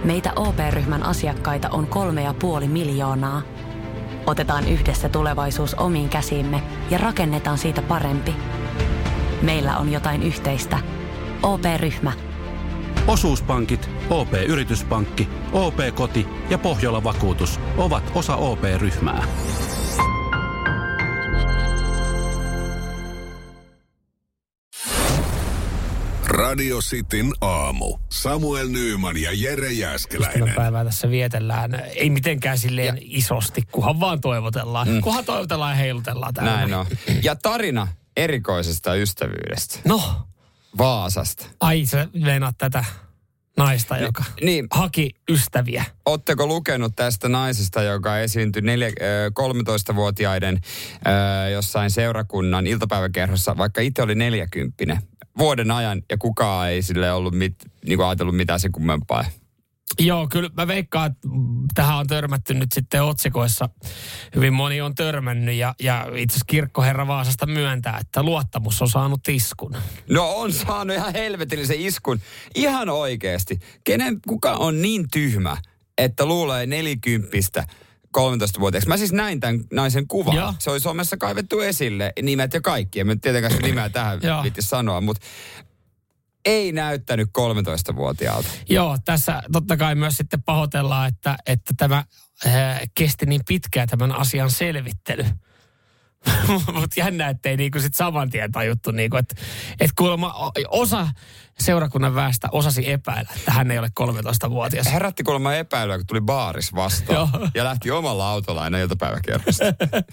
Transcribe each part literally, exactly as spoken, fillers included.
Meitä O P-ryhmän asiakkaita on kolme ja puoli miljoonaa. Otetaan yhdessä tulevaisuus omiin käsiimme ja rakennetaan siitä parempi. Meillä on jotain yhteistä. O P-ryhmä. Osuuspankit, O P-yrityspankki, O P-koti ja Pohjola-vakuutus ovat osa O P-ryhmää. Radio Cityn aamu. Samuel Nyyman ja Jere Jääskeläinen. Päivää tässä vietellään. Ei mitenkään silleen ja isosti, kunhan vaan toivotellaan. Mm. Kunhan toivotellaan ja heilutellaan täällä. Näin on. Ja tarina erikoisesta ystävyydestä. No. Vaasasta. Ai, sä meinaat tätä naista, Ni, joka niin, haki ystäviä. Ootteko lukenut tästä naisesta, joka esiintyi neljä, kolmetoistavuotiaiden jossain seurakunnan iltapäiväkerhossa, vaikka itse oli neljäkymppinen vuoden ajan ja kukaan ei sille ollut mit, niinku ajatellut mitään se kummempaa? Joo, kyllä mä veikkaan, että tähän on törmätty nyt sitten otsikoissa. Hyvin moni on törmännyt ja, ja itse asiassa kirkkoherra Vaasasta myöntää, että luottamus on saanut iskun. No on saanut ihan helvetillisen iskun. Ihan oikeasti. Kenen, kuka on niin tyhmä, että luulee nelikymppistä kolmetoistavuotiaaksi. Mä siis näin tämän naisen kuvan. Ja. Se oli somessa kaivettu esille, nimet ja kaikki. En mä tietenkään se nimeä tähän viitti sanoa, mutta ei näyttänyt kolmetoistavuotiaalta. Joo, tässä totta kai myös sitten pahoitellaan, että, että tämä ää, kesti niin pitkään tämän asian selvittely. Mutta jännä, ettei niinku sit saman tien tajuttu, niinku, että et kuulemma osa seurakunnan väestä osasi epäillä, että hän ei ole kolmetoistavuotias. Herätti kuulemma epäilyä, kun tuli baaris vastaan ja lähti omalla autolla aina iltapäiväkerrosta.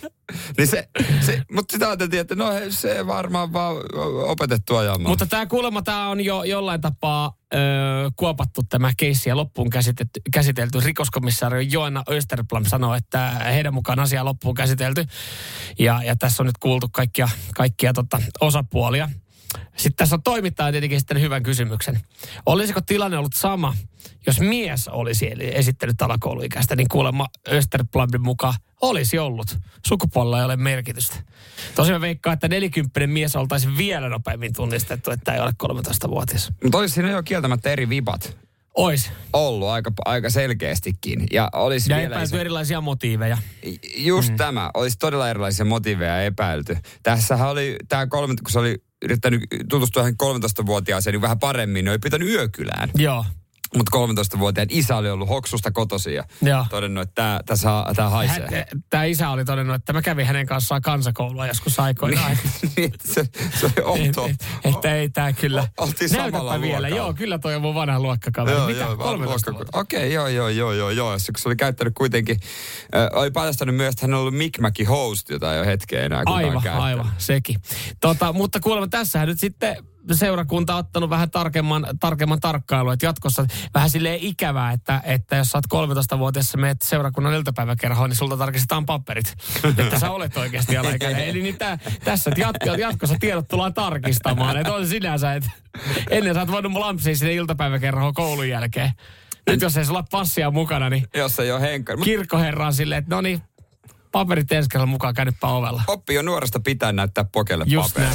niin se, se, mutta sitä ajateltiin, että no se varmaan vaan opetettu ajamaan. Mutta tämä kuulemma tämä on jo jollain tapaa ö, kuopattu tämä keissi ja loppuun käsitelty, käsitelty. Rikoskomissaari Joanna Österblom sanoo, että heidän mukaan asia loppuun käsitelty. Ja, ja tässä on nyt kuultu kaikkia, kaikkia tota, osapuolia. Sitten tässä on toimittaja tietenkin sitten hyvän kysymyksen. Olisiko tilanne ollut sama, jos mies olisi esittänyt alakouluikäistä, niin kuulemma Österblomin mukaan olisi ollut. Sukupuolella ei ole merkitystä. Tosiaan veikkaa, että nelikymppinen mies oltaisiin vielä nopeammin tunnistettu, että ei ole kolmetoistavuotias. Mutta olisi siinä jo kieltämättä eri vibat. Ois. Ollut aika, aika selkeästikin. Ja olisi ja vielä epäilty iso... erilaisia motiiveja. Just mm. tämä. Olisi todella erilaisia motiiveja epäilty. Tässähän oli, tämä kolme, kun se oli yrittänyt tutustua hänen kolmetoistavuotiaaseen niin vähän paremmin, niin oli pitänyt yökylään. Joo. Mutta kolmetoistavuotiaan isä oli ollut Hoksusta kotoisin ja Joo. todennut, että tämä haisee. Tämä isä oli todennut, että mä kävin hänen kanssaan kansakoulua joskus aikoinaan. Niin, se, se oli outoa. Että ei tämä kyllä. Oltiin samalla vielä. luokalla. Joo, kyllä toi on mun vanha luokkakaveri. Joo, mitä? Joo, kolmetoista luokka... Okei, okay, joo, joo, joo, joo, joo. Se, se oli käyttänyt kuitenkin, äh, oli paljastanut myös, että hän on ollut Mic host, jota ei ole hetkeä enää kukaan aivan, käyttänyt. Aivan, sekin. Tota, mutta kuulemma tässähän nyt sitten seurakunta on ottanut vähän tarkemman, tarkemman tarkkailua, että jatkossa vähän silleen ikävää, että, että jos sä oot kolmetoistavuotias ja menet seurakunnan iltapäiväkerhoon, niin sulta tarkistetaan paperit, että sä olet oikeasti alaikäinen. Eli niin tää, tässä jatko, jatkossa tiedot tullaan tarkistamaan, että on sinänsä, että ennen sä oot voinut mun lampsia sinne iltapäiväkerhoon koulun jälkeen. Nyt jos ei sulla passia mukana, niin jos ei ole henkari. Kirkkoherra on silleen, että no niin, paperit ensi kerralla mukaan, käynyppä ovella. Oppi jo nuoresta pitää näyttää pokelle paperia.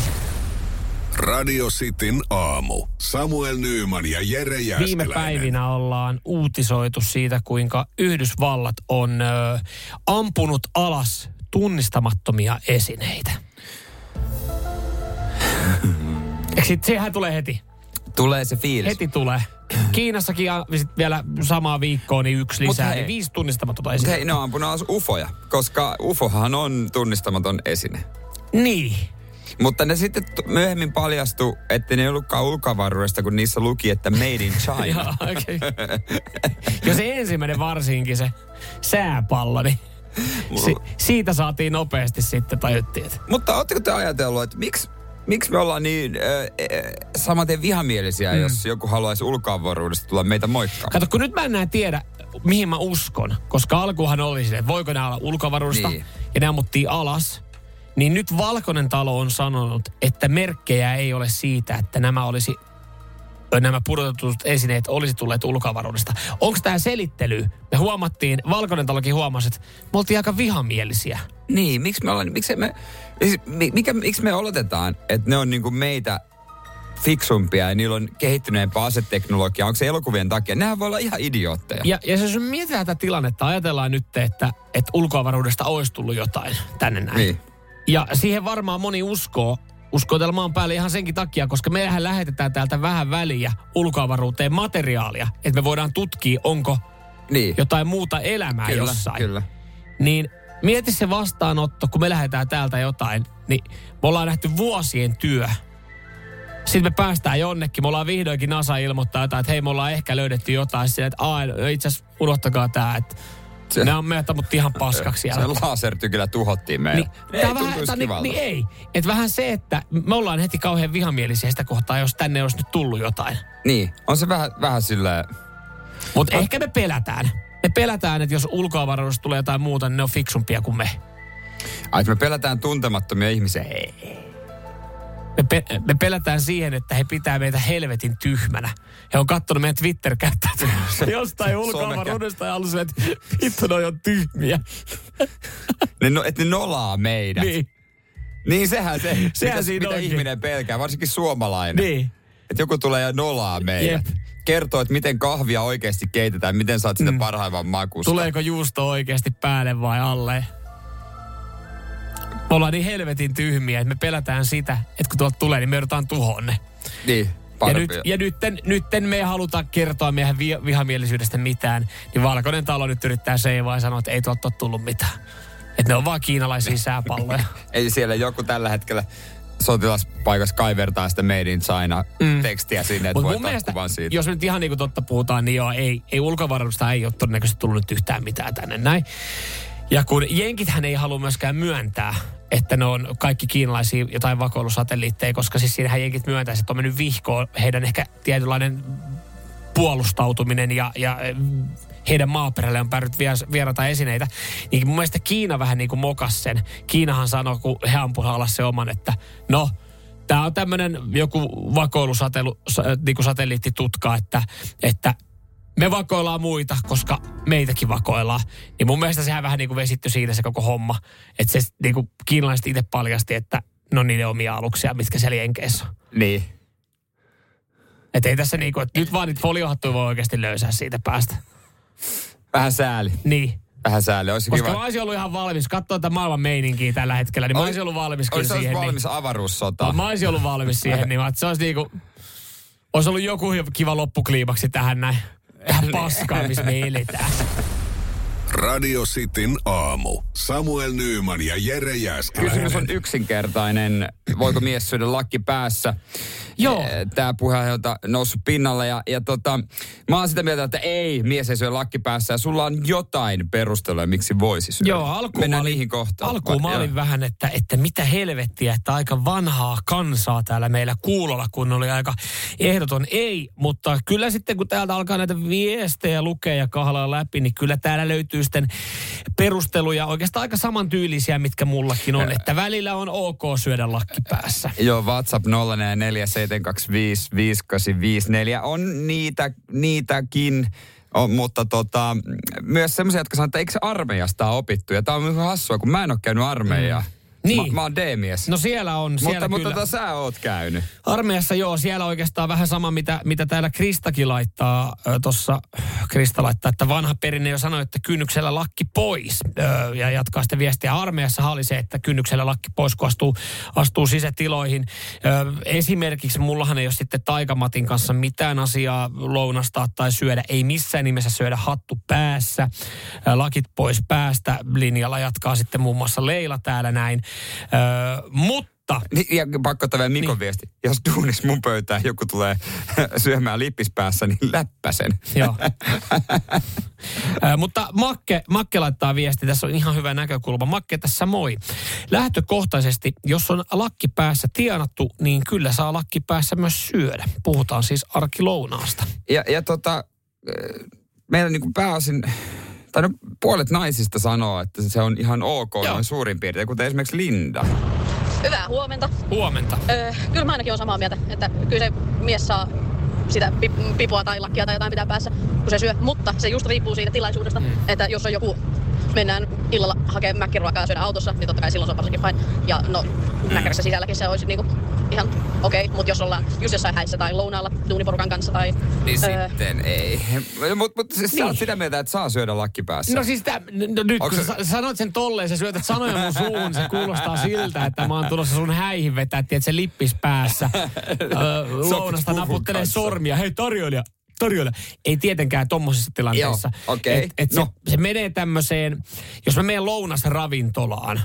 Radio Cityn aamu. Samuel Nyyman ja Jere Jääskeläinen. Viime päivinä ollaan uutisoitu siitä, kuinka Yhdysvallat on ö, ampunut alas tunnistamattomia esineitä. Eikö sit, sehän tulee heti? Tulee se fiilis. Heti tulee. Kiinassakin ja sit vielä samaa viikkoa, niin yksi lisää, hei, niin viisi tunnistamatonta esine. Hei, ne on ampunut alas ufoja, koska ufohan on tunnistamaton esine. Niin. Mutta ne sitten myöhemmin paljastui, että ne ei ollutkaan ulkoavaruudesta, kun niissä luki, että made in China. Joo, okei. Ja se ensimmäinen varsinkin, se sääpallo, niin si- siitä saatiin nopeasti sitten tajuttiin. Mutta ootteko te ajatellut, että miksi, miksi me ollaan niin äh, äh, samaten vihamielisiä, mm. jos joku haluaisi ulkoavaruudesta tulla meitä moikkaamaan? Kato, kun nyt mä en enää tiedä, mihin mä uskon, koska alkuhan oli se, että voiko nämä olla ulkoavaruudesta, niin. Ja ne ammuttiin alas. Niin nyt Valkoinen talo on sanonut, että merkkejä ei ole siitä, että nämä olisi, nämä pudotetut esineet olisi tulleet ulkoavaruudesta. Onko tämä selittely? Me huomattiin, Valkoinen talokin huomasi, että me oltiin aika vihamielisiä. Niin, miksi me ollaan, miksi me, mikä, miksi me oletetaan, että ne on niinku meitä fiksumpia ja niillä on kehittyneempää aseteknologiaa. Onko se elokuvien takia? Nehän voi olla ihan idiootteja. Ja, ja jos mietitään tätä tilannetta, ajatellaan nyt, että, että ulkoavaruudesta olisi tullut jotain tänne näin. Niin. Ja siihen varmaan moni uskoo, uskoo tällä maan päälle ihan senkin takia, koska meillähän lähetetään täältä vähän väliä ulkoavaruuteen materiaalia, että me voidaan tutkia, onko niin. jotain muuta elämää kyllä, jossain. Kyllä. Niin mieti se vastaanotto, kun me lähdetään täältä jotain, niin me ollaan nähty vuosien työ. Sitten me päästään jonnekin, me ollaan vihdoinkin NASA ilmoittaa jotain, että hei, me ollaan ehkä löydetty jotain. Sitten, että aah, itse asiassa unohtakaa tämä, että se, ne on meidät ammuttu ihan paskaksi siellä. Se lasertykillä tuhottiin meillä. Niin, ei tuntuisi kivalta. Niin, niin ei. Että vähän se, että me ollaan heti kauhean vihamielisiä sitä kohtaa, jos tänne olisi nyt tullut jotain. Niin, on se vähän, vähän silleen... Mutta ehkä me pelätään. Me pelätään, että jos ulkoavaruudesta tulee jotain muuta, niin ne on fiksumpia kuin me. Ai, me pelätään tuntemattomia ihmisiä? Ei. Me, pe- me pelätään siihen, että he pitää meitä helvetin tyhmänä. He on kattonut meidän Twitter-käyttäytymistä jostain ulkoavaruudesta ja ollut silleen, että vittu, noi on tyhmiä. Ne no, että ne nolaa meidät. Niin. Niin sehän se, sehän mitä, mitä ihminen pelkää, varsinkin suomalainen. Niin. Että joku tulee ja nolaa meidät. Jep. Kertoo, että miten kahvia oikeasti keitetään, miten saat sitä mm. parhaimman makusta. Tuleeko juusto oikeasti päälle vai alle? Me ollaan niin helvetin tyhmiä, että me pelätään sitä, että kun tuolta tulee, niin me joudutaan tuhoon ne. Niin, ja nyt, ja nytten, nytten me ei haluta kertoa meidän vi, vihamielisyydestä mitään, niin Valkoinen talo nyt yrittää seivaa ja sanoa, että ei tuolta ole tullut mitään. Että ne on vaan kiinalaisia sääpalloja. Ei siellä joku tällä hetkellä sotilaspaikassa kaivertaa sitä Made in China mm. tekstiä sinne, että voi ottaa kuvan siitä. Jos nyt ihan niin kuin totta puhutaan, niin joo, ei, ei ulkoavaruudesta ei ole todennäköisesti tullut nyt yhtään mitään tänne näin. Ja kun jenkithän ei halua myöskään myöntää, että ne on kaikki kiinalaisia jotain vakoilusatelliitteja, koska siis siinähän jenkit myöntäisi, että on mennyt vihkoon heidän ehkä tietynlainen puolustautuminen ja, ja heidän maaperälle on päädyt vieraita esineitä. Niin mun mielestä Kiina vähän niin kuin mokas sen. Kiinahan sanoi, kun he ampuivat alas se oman, että no, tämä on tämmöinen joku vakoilusatelliittitutka, että, että me vakoillaan muita, koska meitäkin vakoillaan. Niin mun mielestä sehän vähän niin kuin vesitty siinä se koko homma. Että se niin kuin kiinalaiset itse paljasti, että ne on niiden omia aluksia, mitkä siellä Jenkeissä on. Niin. Että ei tässä niin kuin, että nyt vaan niitä foliohattuja voi oikeasti löysää siitä päästä. Vähän sääli. Niin. Vähän sääli. Olisi koska kiva. Mä olisin ollut ihan valmis. Katsoo tätä maailman meininkiä tällä hetkellä, niin mä olisin ollut valmis kyllä siihen. Olisi valmis niin, avaruussotaan. Mä olisin ollut valmis siihen, niin että se olisi niin kuin, olisi ollut joku kiva loppukliimaksi tähän näin. Tähän paskaan, missä me eletään. Radio Cityn aamu. Samuel Nyyman ja Jere Jääskeläinen. Kysymys on yksinkertainen. Voiko mies syödä lakki päässä? Joo. Tämä puheenjohtaja on noussut pinnalle ja, ja tota, mä oon sitä mieltä, että ei, mies ei syö lakki päässä ja sulla on jotain perusteluja, miksi voisi syödä. Joo, alkuun Mennään mä olin, niihin kohtaan. Alkuun mä olin vähän, että, että mitä helvettiä, että aika vanhaa kansaa täällä meillä kuulolla, kun oli aika ehdoton ei, mutta kyllä sitten kun täältä alkaa näitä viestejä lukea ja kahlaa läpi, niin kyllä täällä löytyy sitten perusteluja oikeastaan aika samantyylisiä, mitkä mullakin on, että välillä on ok syödä lakki päässä. Joo, WhatsApp nolla neljä seitsemän kaksi viisi viisi kahdeksan viisi neljä on niitä, niitäkin, on, mutta tota, myös semmoisia, jotka sanoo, että eikö se armeijasta ole opittu. Ja tää on ihan hassua, kun mä en ole käynyt armeijaa. Mm. Niin. Mä, mä oon D-mies. No siellä on. Siellä mutta kyllä. mutta tota, sä oot käynyt. Armeijassa joo, siellä oikeastaan vähän sama, mitä, mitä täällä Kristakin laittaa. Tuossa Krista laittaa, että vanha perinne jo sanoi, että kynnyksellä lakki pois. Öö, ja jatkaa sitä viestiä. Armeijassa oli se, että kynnyksellä lakki pois, kun astuu, astuu sisätiloihin. Öö, esimerkiksi mullahan ei ole sitten Taikamatin kanssa mitään asiaa lounastaa tai syödä. Ei missään nimessä syödä hattu päässä. Öö, lakit pois päästä. Linjalla jatkaa sitten muun muassa Leila täällä näin. Öö, mutta... Niin, ja pakko ottaa vielä Mikon niin. viesti. Jos duunis mun pöytään joku tulee syömään lippis päässä, niin läppäsen. Joo. Öö, mutta Makke, Makke laittaa viesti. Tässä on ihan hyvä näkökulma. Makke tässä moi. Lähtökohtaisesti, jos on lakki päässä tienattu, niin kyllä saa lakki päässä myös syödä. Puhutaan siis arkilounaasta. Ja, ja tota, meillä niin kuin pääosin... Tai no, puolet naisista sanoo, että se on ihan ok Joo. noin suurin piirtein, kuten esimerkiksi Linda. Hyvää huomenta. Huomenta. Öö, kyllä mä ainakin olen samaa mieltä, että kyllä se mies saa sitä pipua tai lakkia tai jotain pitää päässä, kun se syö. Mutta se just riippuu siitä tilaisuudesta, mm. että jos on joku, mennään illalla hakemaan mäkkiruokaa ja syödään autossa, niin totta kai silloin se on varsinkin fine. Ja no, mm. näkärässä sisälläkin se olisi niinku ihan okei. Okay. Mutta jos ollaan just jossain häissä tai lounaalla duuniporukan kanssa tai... Niin öö, sitten ei. Mutta mut, siis niin. Sä oot sitä mieltä, että saa syödä lakki päässä. No siis täm, no, nyt Onko kun sä sanoit sen tolleen, sä syötät sanoja mun suuhun, se kuulostaa siltä, että mä oon tulossa sun häihin vetää, että se lippis päässä. öö, lounasta naputtelee sormia. Hei tarjoilija. Tarjoilla. Ei tietenkään tommosissa tilanteissa. Joo, okei. Okay. Et, et no. se, se menee tämmöiseen, jos mä menen lounasravintolaan.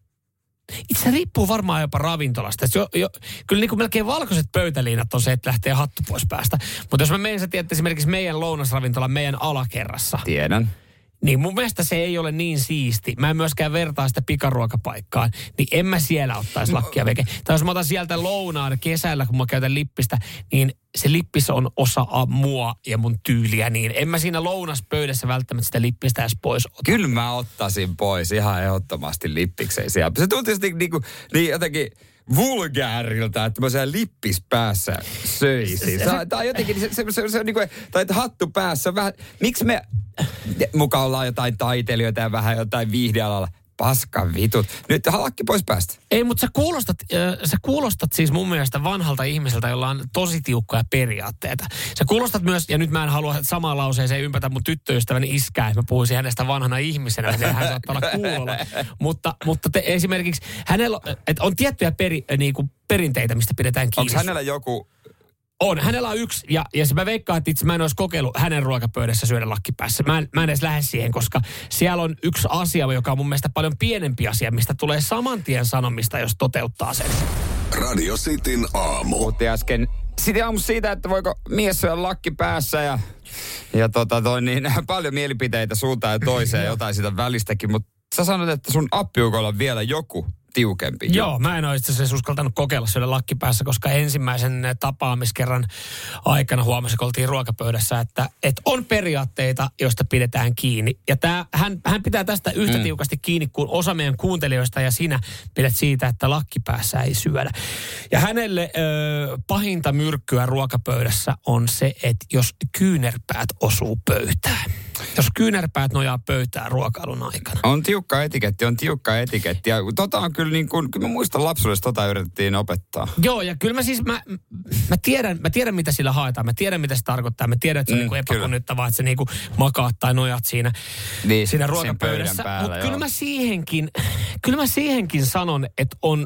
Itse riippuu varmaan jopa ravintolasta. Jo, jo, kyllä niin kuin melkein valkoiset pöytäliinat on se, että lähtee hattu pois päästä. Mutta jos mä menen, sä tiedät esimerkiksi meidän lounasravintolan meidän alakerrassa. Tiedän. Niin mun mielestä se ei ole niin siisti. Mä en myöskään vertaa sitä pikaruokapaikkaan. Niin en mä siellä ottaisi lakkia veke. Tai jos mä otan sieltä lounaan kesällä, kun mä käytän lippistä, niin se lippis on osa mua ja mun tyyliä. Niin en mä siinä lounaspöydässä välttämättä sitä lippistä edes pois ota. Kyllä mä ottaisin pois ihan ehdottomasti lippikseen siellä. Se tuntuu niin, niin, niin jotenkin vulgääriltä, että mä siellä lippis päässä söisin. Tai jotenkin, se, se, se, se on niin kuin, tai hattu päässä vähän, miksi me mukaan ollaan jotain taiteilijoita ja vähän jotain viihdealalla. Paskan vitut. Nyt halakki pois päästä. Ei, mutta sä kuulostat, äh, sä kuulostat siis mun mielestä vanhalta ihmiseltä, jolla on tosi tiukkoja periaatteita. Sä kuulostat myös, ja nyt mä en halua samaan lauseeseen ympätä mun tyttöystäväni iskää, että mä puhuisin hänestä vanhana ihmisenä, että hän saattaa olla kuulolla. mutta mutta te, esimerkiksi hänellä et on tiettyjä peri, niinku, perinteitä, mistä pidetään kiinni. Onko hänellä joku... On. Hänellä on yksi, ja, ja se mä veikkaan, että itse mä en olisi kokeillut hänen ruokapöydässä syödä lakkipäässä. Mä en, mä en edes lähde siihen, koska siellä on yksi asia, joka on mun mielestä paljon pienempi asia, mistä tulee saman tien sanomista, jos toteuttaa sen. Radio Cityn aamu. Puhuttiin äsken Cityn aamussa siitä, että voiko mies syödä lakki päässä ja, ja tota toi niin, paljon mielipiteitä suuntaan ja toiseen, jotain sitä välistäkin, mutta sä sanoit, että sun appiukolla on vielä joku tiukempi. Joo, mä en ole itse asiassa uskaltanut kokeilla syödä lakkipäässä, koska ensimmäisen tapaamiskerran aikana huomasin, kun oltiin ruokapöydässä, että, että on periaatteita, joista pidetään kiinni. Ja tää, hän, hän pitää tästä yhtä mm. tiukasti kiinni kuin osa meidän kuuntelijoista ja sinä pidät siitä, että lakkipäässä ei syödä. Ja hänelle ö, pahinta myrkkyä ruokapöydässä on se, että jos kyynärpäät osuu pöytään. Jos kyynärpäät nojaa pöytään ruokailun aikana. On tiukka etiketti, on tiukka etiketti. Ja tota on kyllä niin kuin, kyllä mä muistan lapsuudessa tota yritettiin opettaa. Joo, ja kyllä mä siis, mä, mä, tiedän, mä tiedän mitä sillä haetaan. Mä tiedän mitä se tarkoittaa. Mä tiedän, että se on mm, niin epäkunnittavaa, että se niin kuin makaat tai nojat siinä, niin, siinä ruokapöydässä. Mutta kyllä mä siihenkin, kyllä mä siihenkin sanon, että on...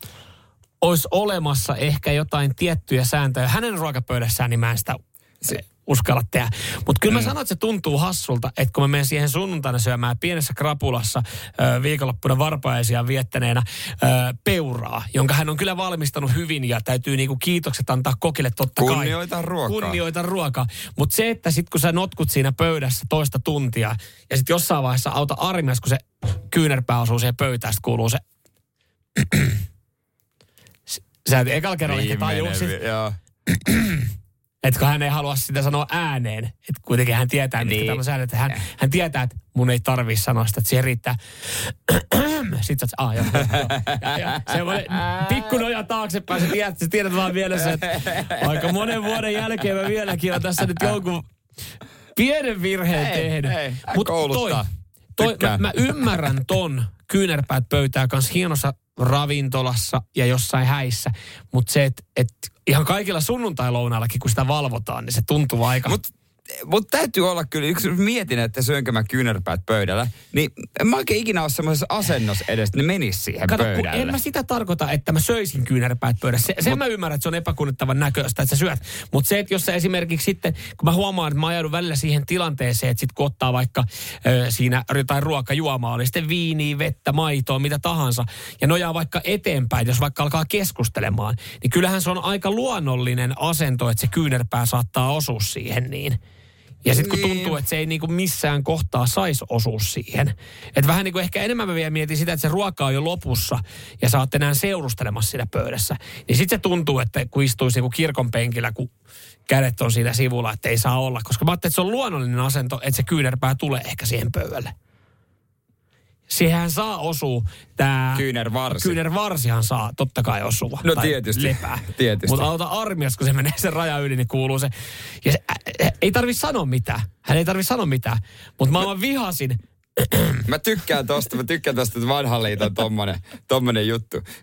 olisi olemassa ehkä jotain tiettyjä sääntöjä. Hänen ruokapöydässään niin mä en sitä se, uskalla tehdä. Mutta kyllä mä mm. sanon, että se tuntuu hassulta, että kun mä menen siihen sunnuntaina syömään pienessä krapulassa ö, viikonloppuna varpajaisia viettäneenä ö, peuraa, jonka hän on kyllä valmistanut hyvin ja täytyy niinku kiitokset antaa kokille totta kai. Kunnioita ruokaa. Kunnioita ruokaa. Mutta se, että sit kun sä notkut siinä pöydässä toista tuntia ja sit jossain vaiheessa auta armias, kun se kyynärpää osuu siihen pöytään, sit kuuluu se... Sä et ekalla kerralla ehkä tajusit. Että kun hän ei halua sitä sanoa ääneen. Että kuitenkin hän tietää, niin. mitkä tämmöisen äänen. Että hän, hän tietää, että mun ei tarvitse sanoa sitä, että siihen riittää. Sitten sä oot, joo, joo. Ja, ja semmoinen pikku noja taaksepäin. Sä tiedät, sä tiedät vaan mielessä, että aika monen vuoden jälkeen mä vieläkin on tässä nyt jonkun pienen virheen ei, tehnyt. Ei, Mutta toi, toi mä, mä ymmärrän ton kyynärpäät pöytää kanssa hienossa ravintolassa ja jossain häissä. Mutta se, että et ihan kaikilla sunnuntai-lounaillakin, kun sitä valvotaan, niin se tuntuu aika... Mutta mut täytyy olla kyllä, yksi mietin, että syönkö mä kyynärpäät pöydällä, niin en mä oikein ikinä ole semmoisessa asennossa edes, että ne menis siihen Kato, pöydälle. En mä sitä tarkoita, että mä söisin kyynärpäät pöydässä. Se, sen Mut, mä ymmärrän, että se on epäkunnittavan näköistä, että sä syöt. Mutta se, että jos sä esimerkiksi sitten, kun mä huomaan, että mä ajaudun välillä siihen tilanteeseen, että sit kun ottaa vaikka ö, siinä jotain ruokajuomaa, oli sitten viiniä, vettä, maitoa, mitä tahansa, ja nojaa vaikka eteenpäin, jos vaikka alkaa keskustelemaan, niin kyllähän se on aika luonnollinen asento, että se kyynärpää saattaa osua siihen niin. Ja sitten kun tuntuu, että se ei niinku missään kohtaa saisi osua siihen. Että vähän niin kuin ehkä enemmän mä vielä mietin sitä, että se ruoka on jo lopussa ja sä oot enää seurustelemassa siinä pöydässä. Niin sitten se tuntuu, että kun istuisi niinku kirkon penkillä, kun kädet on siinä sivulla, että ei saa olla. Koska mä ajattelin, että se on luonnollinen asento, että se kyynärpää tulee ehkä siihen pöydälle. Siihen saa osua tämä... Kyynärvarsi. Kyynärvarsihan saa totta kai osua. No tietysti. Lepää. Tietysti. Mutta auta armias, kun se menee sen raja yli, niin kuuluu se... Ja se äh, ei tarvi sanoa mitään. Hän ei tarvi sanoa mitään. Mutta mä aivan vihasin. Mä tykkään tosta, mä tykkään tosta, että vanhan liiton tommonen, tommonen juttu.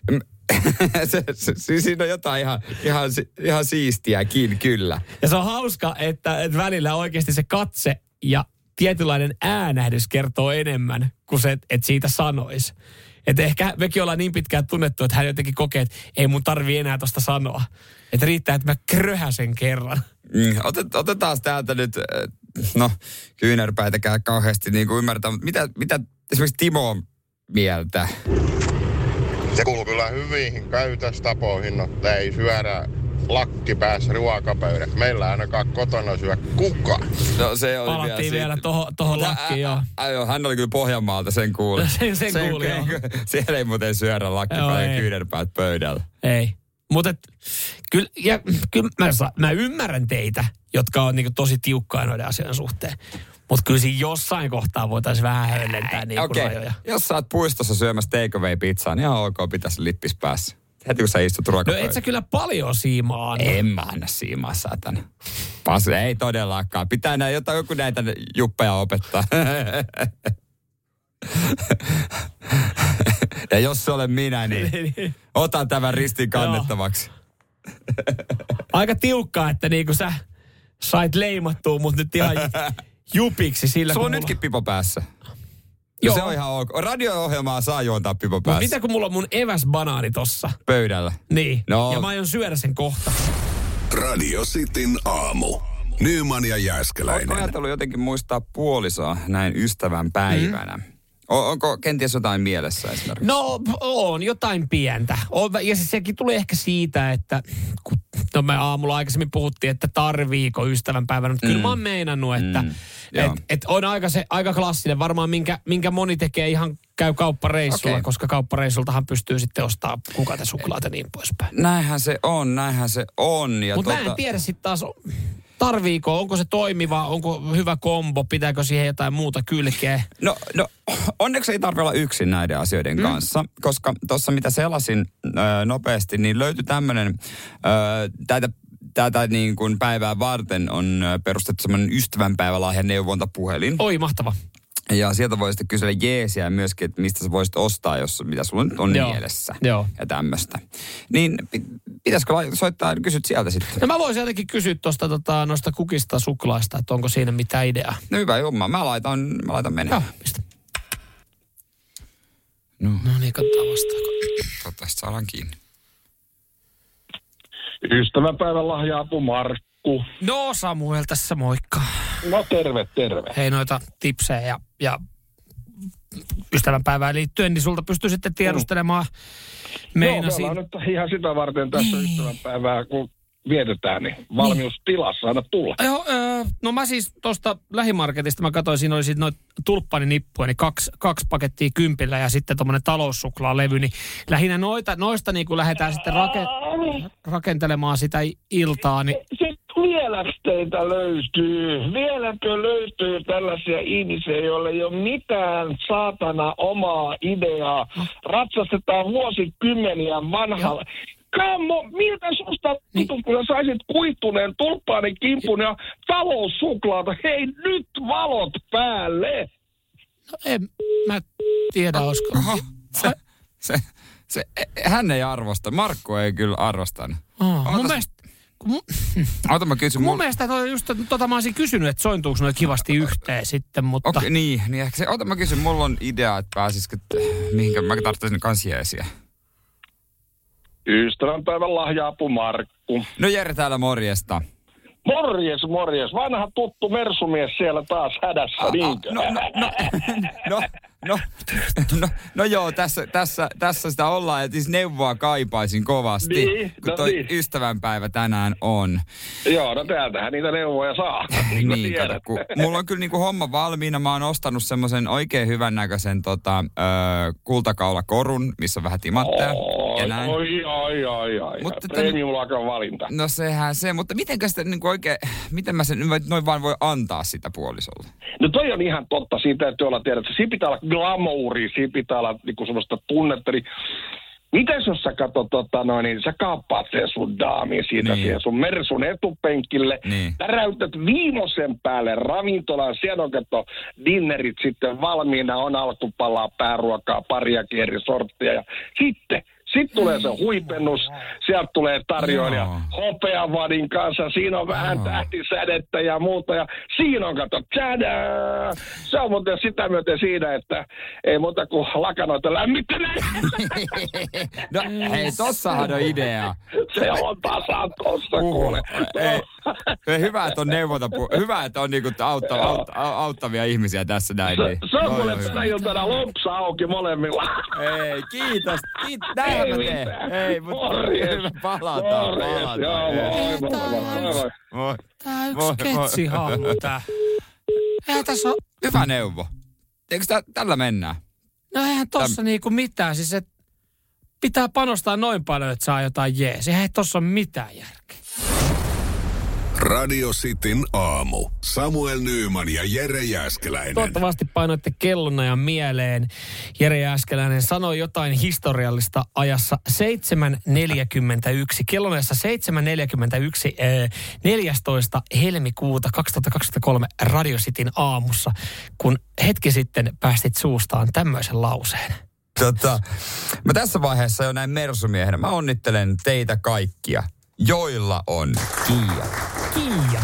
se, se, se, siinä on jotain ihan, ihan, ihan siistiäkin, kyllä. Ja se on hauska, että, että välillä oikeasti se katse ja tietynlainen äänähdys kertoo enemmän kuin se, että siitä sanoisi. Että ehkä mekin ollaan niin pitkään tunnettu, että hän jotenkin kokee, että ei mun tarvii enää tosta sanoa. Että riittää, että mä kröhäsen kerran. Mm, otet, otetaan täältä nyt, no kyynärpäitäkään kauheasti niin kuin ymmärtää, mutta mitä, mitä esimerkiksi Timo on mieltä? Se kuuluu kyllä hyviin käytöstapoihin, että ei syödä lakki päässä ruokapöydässä. Meillä ainakaan kotona syö kukaan. No se oli Palattiin vielä, vielä tohon, tohon lakkiin, joo. Joo, hän oli kyllä Pohjanmaalta, sen kuuli. sen sen, sen kuuli, joo. Siellä ei muuten syödä lakkipäivän kyynärpäät pöydällä. Ei. Mutta kyllä, ja, kyllä mä, mä ymmärrän teitä, jotka on niinku tosi tiukkaa noiden asioiden suhteen. Mutta kyllä siinä jossain kohtaa voitaisiin vähän höllentää niinku okay. rajoja. Jos sä oot puistossa syömässä take away pizzaa, niin ihan ok pitäisi lippis päässä. Heti kun sä istut ruokapöydällä. No et sä kyllä paljon siimaa anna. En mä anna siimaa, saatana. Pas, ei todellakaan. Pitää nää, jotain, joku näitä juppeja opettaa. Ja jos se olen minä, niin otan tämän ristin kannettavaksi. Aika tiukkaa, että niinku sä sait leimattua mut nyt ihan jupiksi sillä. Sulla on nytkin pipo päässä. Joo. Se on ihan ok. Radio-ohjelmaa saa juontaa pipo päässä. Mutta mitä kun mulla on mun eväsbanaani tossa? Pöydällä. Niin. No. Ja mä aion syödä sen kohta. Radio Cityn aamu. Nyman ja Jääskeläinen. Oletko ajatellut jotenkin muistaa puolisoa näin ystävän päivänä? Mm. Onko kenties jotain mielessä esimerkiksi? No on jotain pientä. On, ja siis sekin tuli ehkä siitä, että kun no me aamulla aikaisemmin puhuttiin, että tarviiko ystävänpäivänä. Mutta mm. kyllä mä oon meinannut, että mm. et, et on aika, se, aika klassinen. Varmaan minkä, minkä moni tekee ihan käy kauppareissulla, okay. koska kauppareissultahan pystyy sitten ostamaan kukaita suklaata ja niin poispäin. Näinhän se on, näinhän se on. Mutta tuota... mä en tiedä sitten taas... Tarviiko, onko se toimiva, onko hyvä kombo, pitääkö siihen jotain muuta kylkeä? No, no onneksi ei tarvitse olla yksin näiden asioiden mm. kanssa, koska tuossa mitä selasin ö, nopeasti, niin löytyi tämmöinen, tätä, tätä niin kuin päivää varten on perustettu semmoinen ystävänpäivälahjan neuvontapuhelin. Oi, mahtava. Ja sieltä voi sitten kysellä jeesiä myöskin, että mistä sä voisit ostaa, jos, mitä sulla nyt on Joo. mielessä. Joo. Ja tämmöistä. Niin pitäisikö soittaa, kysyt sieltä sitten? No mä voisin jotenkin kysyä tuosta tota, noista kukista suklaista, että onko siinä mitään ideaa. No hyvä jumma, mä laitan, mä laitan menemään. Joo, pistä. No, no niin, katsotaan vastaako. Toivottavasti saadaan kiinni. Ystävänpäivän lahja-apu Markku. No Samuel tässä, moikka. No terve, terve. Hei, noita tipsejä ja, ja ystävänpäivään liittyen, niin sulta pystyy sitten tiedustelemaan. Meinasin. Joo, me ollaan nyt ihan sitä varten tässä niin. Ystävänpäivää, kun vietetään, niin valmiustilassa aina tulla. Joo, öö, no mä siis tuosta lähimarketista, mä katsoin, siinä oli sitten noita tulppaninippuja, niin kaksi, kaksi pakettia kympillä ja sitten tuommoinen taloussuklaalevy, niin lähinnä noita, noista niin kun lähdetään sitten rake, rakentelemaan sitä iltaa, niin... Vieläkö teitä löytyy? Vieläkö löytyy tällaisia ihmisiä, joilla ei ole mitään saatana omaa ideaa? Ratsastetaan vuosikymmeniä vanhalla. Kammo, miltä susta tuntuu, kun sä saisit kuittuneen tulppaanin kimpun ja taloussuklaata? Hei, nyt valot päälle! No en mä tiedä, olisiko... Oho, se, se, se, hän ei arvosta. Markku ei kyllä arvostanut. Oh, mun mielestä... Ota mä kysyn. Mun Mun... mielestä toi just, tota mä olisin kysynyt, että sointuuko noin kivasti yhteen sitten, mutta... Okei, okay, niin, niin ehkä se, ota mä kysyn, mulla on idea, että pääsisikö, mihinkä mä tarvitsin kans jeesiä. Ystävänpäivän lahja-apu Markku. No Jere täällä, morjesta. Morjes, morjes. Vanha tuttu mersumies siellä taas hädässä, a, niinkö? A, no, no, no, no, no, no, no joo, tässä, tässä, tässä sitä ollaan, että siis neuvoa kaipaisin kovasti, niin, kun no toi niin. ystävänpäivä tänään on. Joo, no täältähän niitä neuvoja saa. Niin, niin kato, kun mulla on kyllä niinku homma valmiina, mä oon ostanut semmoisen oikein hyvän näköisen tota, ö, kultakaulakorun, missä on vähän timantteja. Oh, ja näin. Oi, oi, oi, oi. Mutta premium-luokan valinta. No sehän se, mutta mitenkä sitä niinku oikein, miten mä sen noin vaan voi antaa sitä puolisolle? No toi on ihan totta, siitä täytyy olla tiedä, että siinä pitää olla glamouri, siinä pitää olla niinku semmoista tunnetta, niin mites jos sä katsot, tota, noin, niin sä kaappaat sen sun daamiin siitä niin. Siihen sun Mersun etupenkille, niin. Täräytät viimeisen päälle ravintolaan, siellä on kato dinnerit sitten valmiina, on alkupalaa, pääruokaa, pariakin eri sorttia ja sitten Sitten tulee se huipennus, sieltä tulee tarjoilija no. hopeavadin kanssa, siinä on vähän no. tähtisädettä ja muuta, ja siinä on, kato, tjadaa! Se on muuten sitä myöten siinä, että ei muuta kuin lakanoita lämmittelee. No hei, tossahan on idea. Se on tasan tossa, uh, kuule. Ei, hyvä, että on neuvonta, hyvä, että on niinku autta, autta, auttavia ihmisiä tässä näin. Se, se on mulle tänä iltana lompsa auki molemmilla. Ei, kiitos. kiitos. Näin mä teen. Ei, mutta me palataan, palataan. Joo, moi, moi, moi. Tää on yksi sketsihahmo tää. Eihän tässä on... Hyvä neuvo. Eikö tä, tällä mennään? No eihän tossa Täm... niinku mitään. Siis et pitää panostaa noin paljon, että saa jotain jees. Eihän tossa ole mitään järkeä. Radio Cityn aamu. Samuel Nyyman ja Jere Jääskeläinen. Toivottavasti painoitte kellonajan mieleen. Jere Jääskeläinen sanoi jotain historiallista ajassa seitsemän neljäkymmentäyksi. Kellonajassa seitsemän neljäkymmentäyksi neljästoista helmikuuta kaksituhattakaksikymmentäkolme Radio Cityn aamussa, kun hetki sitten päästit suustaan tämmöisen lauseen. Tota, mä tässä vaiheessa jo näin mersumiehenä. Mä onnittelen teitä kaikkia, joilla on Kia. Kia.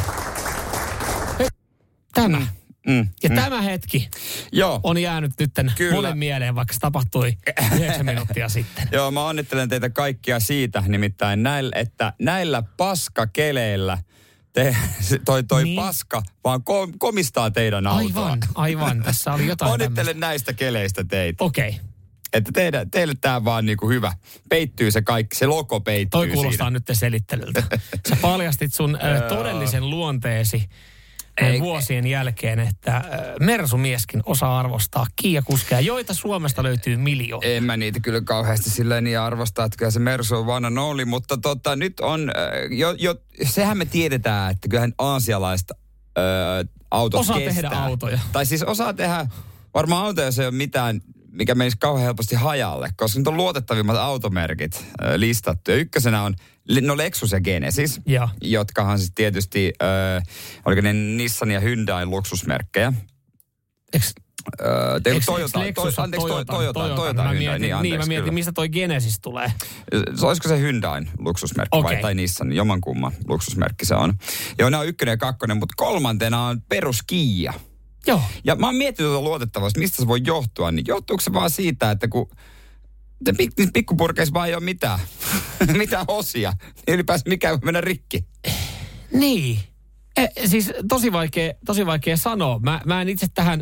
Tämä. Mm, mm, ja mm. tämä hetki Joo. on jäänyt nyt monen mieleen, vaikka se tapahtui yhdeksän minuuttia sitten. Joo, mä onnittelen teitä kaikkia siitä, nimittäin näillä, että näillä paskakeleillä te, toi, toi niin. paska vaan kom, komistaa teidän autoa. Aivan, aivan. Tässä oli jotain Onnittelen tämmöistä. näistä keleistä teitä. Okei. Okay. Että teille, teille tää vaan niinku hyvä. Peittyy se kaikki, se logo peittyy Toi kuulostaa siinä. nyt selittelyltä. Sä paljastit sun äh, todellisen luonteesi äh, vuosien jälkeen, että äh, Mersu-mieskin osaa arvostaa Kia-kuskeja, joita Suomesta löytyy miljoona. En mä niitä kyllä kauheasti silleen niin arvostaa, että kyllä se Mersu on vanha nooli, mutta tota, nyt on, äh, jo, jo, sehän me tiedetään, että kyllähän aasialaista äh, autot osaa kestää. tehdä autoja. Tai siis osaa tehdä, varmaan autoja, jos ei ole mitään, mikä menisi kauhean helposti hajalle, koska nyt on luotettavimmat automerkit äh, listattu. Ja ykkösenä on no Lexus ja Genesis, ja. jotkahan siis tietysti, äh, oliko ne Nissan ja Hyundai luksusmerkkejä. Eks, Öö, Eks, Toyota, Lexus to, anteeksi, Toyota, Toyota, Toyota, Toyota mä Hyundai, mietin, niin, anteeksi, niin mä mietin, kyllä. mistä toi Genesis tulee. Se, olisiko se Hyundain luksusmerkki okay. vai tai Nissan, jomankumman luksusmerkki se on. Joo, nämä on ykkönen ja kakkonen, mutta kolmantena on perus Kia. Joo. Ja mä oon miettinyt tuota luotettavasti, mistä se voi johtua, niin johtuuko se vaan siitä, että kun niissä pikkupurkeissa vaan ei ole mitään, mitään osia, niin ylipäänsä mikään voi mennä rikki. Niin. E, siis tosi vaikea, tosi vaikea sanoa. Mä, mä en itse tähän,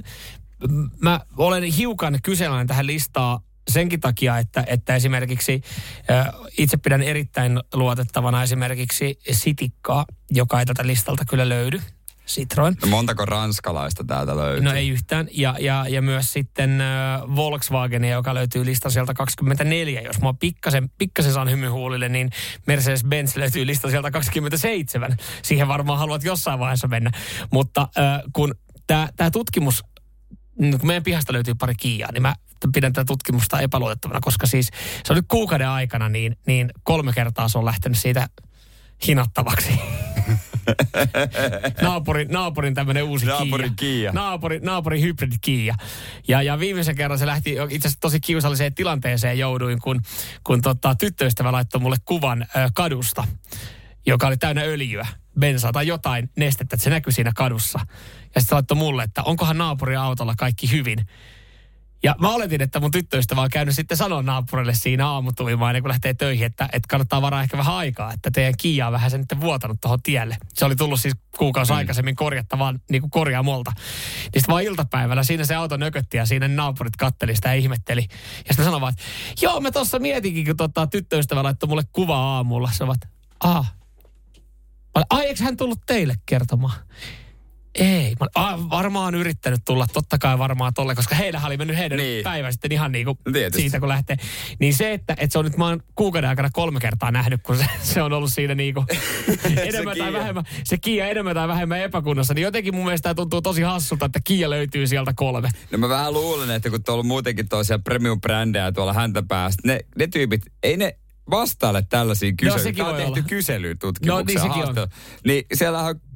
mä olen hiukan kyseenalainen tähän listaa senkin takia, että, että esimerkiksi äh, itse pidän erittäin luotettavana esimerkiksi Citicaa, joka ei tältä listalta kyllä löydy. Citroen. No montako ranskalaista täältä löytyy? No ei yhtään. Ja, ja, ja myös sitten äh, Volkswagenia, joka löytyy listan sieltä kaksikymmentäneljä. Jos mä pikkasen, pikkasen saan hymyhuulille, niin Mercedes-Benz löytyy listan sieltä kaksikymmentäseitsemän. Siihen varmaan haluat jossain vaiheessa mennä. Mutta äh, kun tämä tutkimus, kun meidän pihasta löytyy pari Kiaa, niin mä pidän tätä tutkimusta epäluotettavana, koska siis se on nyt kuukauden aikana, niin, niin kolme kertaa se on lähtenyt siitä hinattavaksi. naapurin, naapurin tämmöinen uusi naapurin Kia. Kia. Naapuri, naapurin hybrid Kia. Ja, ja viimeisen kerran se lähti itse asiassa tosi kiusalliseen tilanteeseen jouduin, kun, kun tota, tyttöystävä laittoi mulle kuvan ö, kadusta, joka oli täynnä öljyä, bensaa tai jotain nestettä, että se näkyi siinä kadussa. Ja sitten laittoi mulle, että onkohan naapurin autolla kaikki hyvin. Ja mä oletin, että mun tyttöystävä on käynyt sitten sanoa naapurille siinä aamutuimaan, ennen kuin lähtee töihin, että, että kannattaa varaa ehkä vähän aikaa, että teidän Kia on vähän sen nyt vuotanut tuohon tielle. Se oli tullut siis kuukausi mm. aikaisemmin korjattavaan niin kuin korjaamolta. Niin sitten vaan iltapäivällä siinä se auto nökötti ja siinä naapurit katteli sitä ja ihmetteli. Ja sitten sanoi vaan, että joo mä tuossa mietinkin, kun tota, tyttöystävä laittoi mulle kuvaa aamulla. Se ovat, ah, ai eikö hän tullut teille kertomaan? Ei, mä olen varmaan yrittänyt tulla, totta kai varmaan tolle, koska heillähän oli mennyt heidän niin. päivä sitten ihan niin kuin siitä, kun lähtee. Niin se, että, että se on nyt, mä oon kuukauden aikana kolme kertaa nähnyt, kun se, se on ollut siinä niin kuin enemmän tai vähemmän, se Kia enemmän tai vähemmän epäkunnossa, niin jotenkin mun mielestä tuntuu tosi hassulta, että Kia löytyy sieltä kolme. No mä vähän luulen, että kun tuolla on muutenkin toisia premium-brändejä tuolla häntä päästä, ne, ne tyypit, ei ne vastaile tällaisiin kyselyyn. No, Tämä on tehty kyselytutkimuksia. No, niin sekin on. Niin siellä on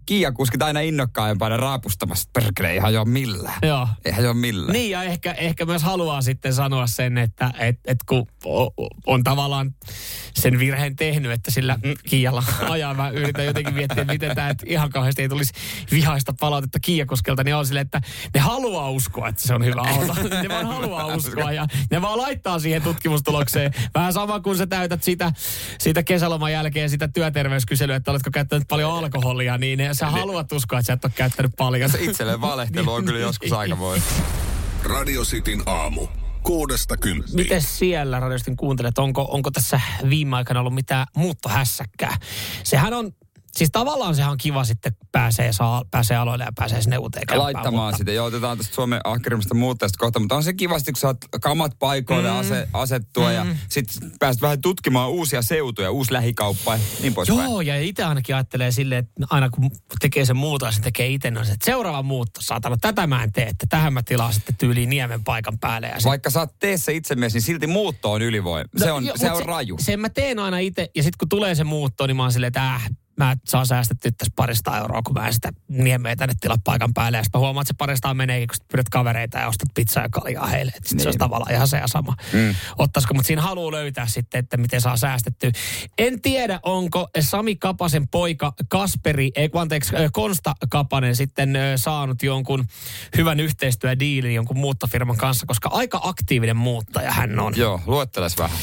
Kiia-kuskit aina innokkaimpana raapustamassa. Perkele, ihan jo millään. Joo. Eihän jo millään. Niin ja ehkä, ehkä myös haluaa sitten sanoa sen, että et, et kun on tavallaan sen virheen tehnyt, että sillä Kiialla ajaa. Mä yritän jotenkin miettiä, miten tämä ihan kauheasti ei tulisi vihaista palautetta Kiia-kuskelta, niin on silleen, että ne haluaa uskoa, että se on hyvä auto. Ne vaan haluaa uskoa ja ne vaan laittaa siihen tutkimustulokseen. Vähän sama kuin sä täytät sitä, siitä kesäloman jälkeen sitä työterveyskyselyä, että oletko käyttänyt paljon alkoholia, niin sä haluat uskoa, että sä et ole käyttänyt paljon. Se itselleen valehtelu on kyllä joskus aika voi. Radio Cityn aamu. Kuudesta kymppiin. Miten siellä Radio Cityn kuuntelet? Onko, onko tässä viime aikana ollut mitään muuttohässäkkää? Sehän on, siis tavallaan sehän on kiva sitten pääsee, saa, pääsee aloille ja pääsee sinne uuteen kämpään. Laittamaan mutta... sitä. Joo, otetaan tästä Suomen ahkerimmasta muuttajasta kohta. Mutta on se kivasti, kun saat kamat paikoille mm. ase, asettua mm. ja sitten pääset vähän tutkimaan uusia seutuja, uusi lähikauppa ja niin poispäin. Joo, ja itse ainakin ajattelee silleen, että aina kun tekee sen muuta ja se tekee itse, niin se, että seuraava muutto, saatana, tätä mä en tee, että tähän mä tilaan sitten tyyliin Niemen paikan päälle. Ja vaikka sä oot tee se itsemies, niin silti muutto on ylivoima. Se no, on, jo, se on se, raju. Sen mä teen aina itse, ja sitten kun tulee se muutto, niin mä oon silleen, että äh, mä saan säästettyä tässä parista euroa, kun mä en sitä Niemeä tänne tilaa paikan päälle. Ja sitten mä huomaan, että se paristaan meneekin, kun pyydät kavereita ja ostat pizzaa ja kaljaa heille. Sitten niin. Se olisi tavallaan ihan se ja sama. Mm. Ottaisiko, mutta siinä haluaa löytää sitten, että miten saa säästettyä. En tiedä, onko Sami Kapasen poika Kasperi, ei anteeksi, Konsta Kapanen sitten saanut jonkun hyvän yhteistyödiilin jonkun muuttofirman kanssa, koska aika aktiivinen muuttaja hän on. Joo, luetteles vähän.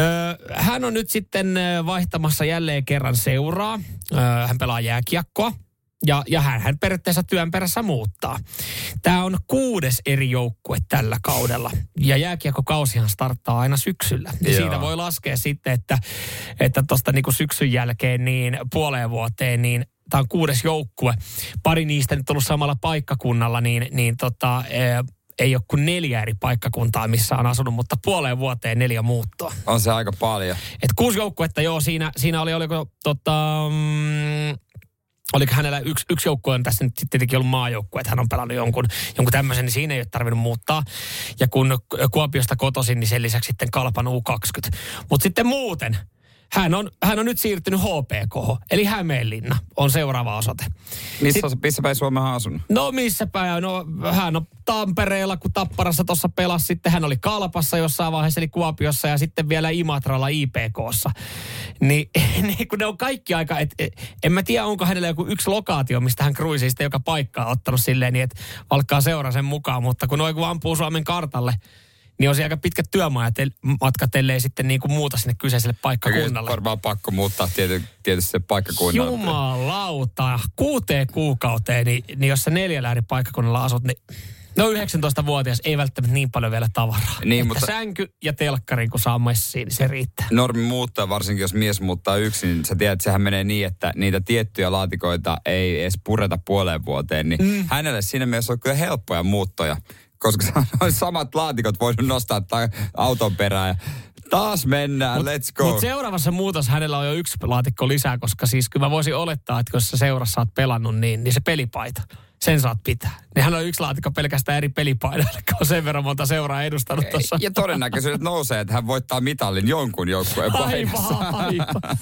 Hän on nyt sitten vaihtamassa jälleen kerran seuraa. Hän pelaa jääkiekkoa ja, ja hän, hän periaatteessa työn perässä muuttaa. Tämä on kuudes eri joukkue tällä kaudella ja jääkiekkokausihan starttaa aina syksyllä. Ja siitä voi laskea sitten, että että tuosta niinku syksyn jälkeen niin puoleen vuoteen niin tämä on kuudes joukkue. Pari niistä nyt ollut samalla paikkakunnalla, niin, niin tota... ei ole kuin neljä eri paikkakuntaa, missä on asunut, mutta puoleen vuoteen neljä muuttoa. On se aika paljon. Et kuusi joukkuetta, joo, siinä, siinä oli, oliko, tota, mm, oliko hänellä yksi, yksi joukkue on tässä nyt sitten tietenkin ollut maajoukkue, että hän on pelannut jonkun, jonkun tämmöisen, niin siinä ei ole tarvinnut muuttaa. Ja kun Kuopiosta kotoisin, niin sen lisäksi sitten Kalpan U kaksikymmentä. Mutta sitten muuten, hän on, hän on nyt siirtynyt H P K:hon, eli Hämeenlinna on seuraava osoite. Missä, missä päin Suomeen hän asunut? No missä päin? No hän on Tampereella, kun Tapparassa tuossa pelasi. Sitten hän oli Kalpassa jossain vaiheessa, eli Kuopiossa ja sitten vielä Imatralla I P K:ssa. Ni, niin kun ne on kaikki aika, et, et, en mä tiedä onko hänellä joku yksi lokaatio, mistä hän kruisii sitten joka paikkaa ottanut silleen niin, että valkkaa seuraa sen mukaan. Mutta kun noin kun ampuu Suomen kartalle, niin on se aika pitkät työmatkat, ellei sitten niin kuin muuta sinne kyseiselle paikkakunnalle. Kyllä varmaan pakko muuttaa tiety, tietysti se paikkakunnalle. Jumalauta, kuuteen kuukauteen, niin, niin jos sä neljällä eri paikkakunnalla asut, niin no yhdeksäntoistavuotias ei välttämättä niin paljon vielä tavaraa. Niin, mutta sänky ja telkkari, kun saa messiin, niin se riittää. Normi muuttaa, varsinkin jos mies muuttaa yksin, niin sä tiedät, että sehän menee niin, että niitä tiettyjä laatikoita ei edes pureta puoleen vuoteen. Niin mm. hänelle siinä mielessä on kyllä helppoja muuttoja. Koska on samat laatikot voinut nostaa tai auton perään ja taas mennään, mut, let's go. Mutta seuraavassa muutos hänellä on jo yksi laatikko lisää, koska siis kyllä mä voisin olettaa, että jos sä seurassa oot pelannut, niin, niin se pelipaita, sen saat pitää. Niin hän on yksi laatikko pelkästään eri pelipaidalle, kun on sen verran monta seuraa edustanut tuossa. Ja todennäköisyydet nousee, että hän voittaa mitalin jonkun joukkueen paidassa. Aivan, aivan.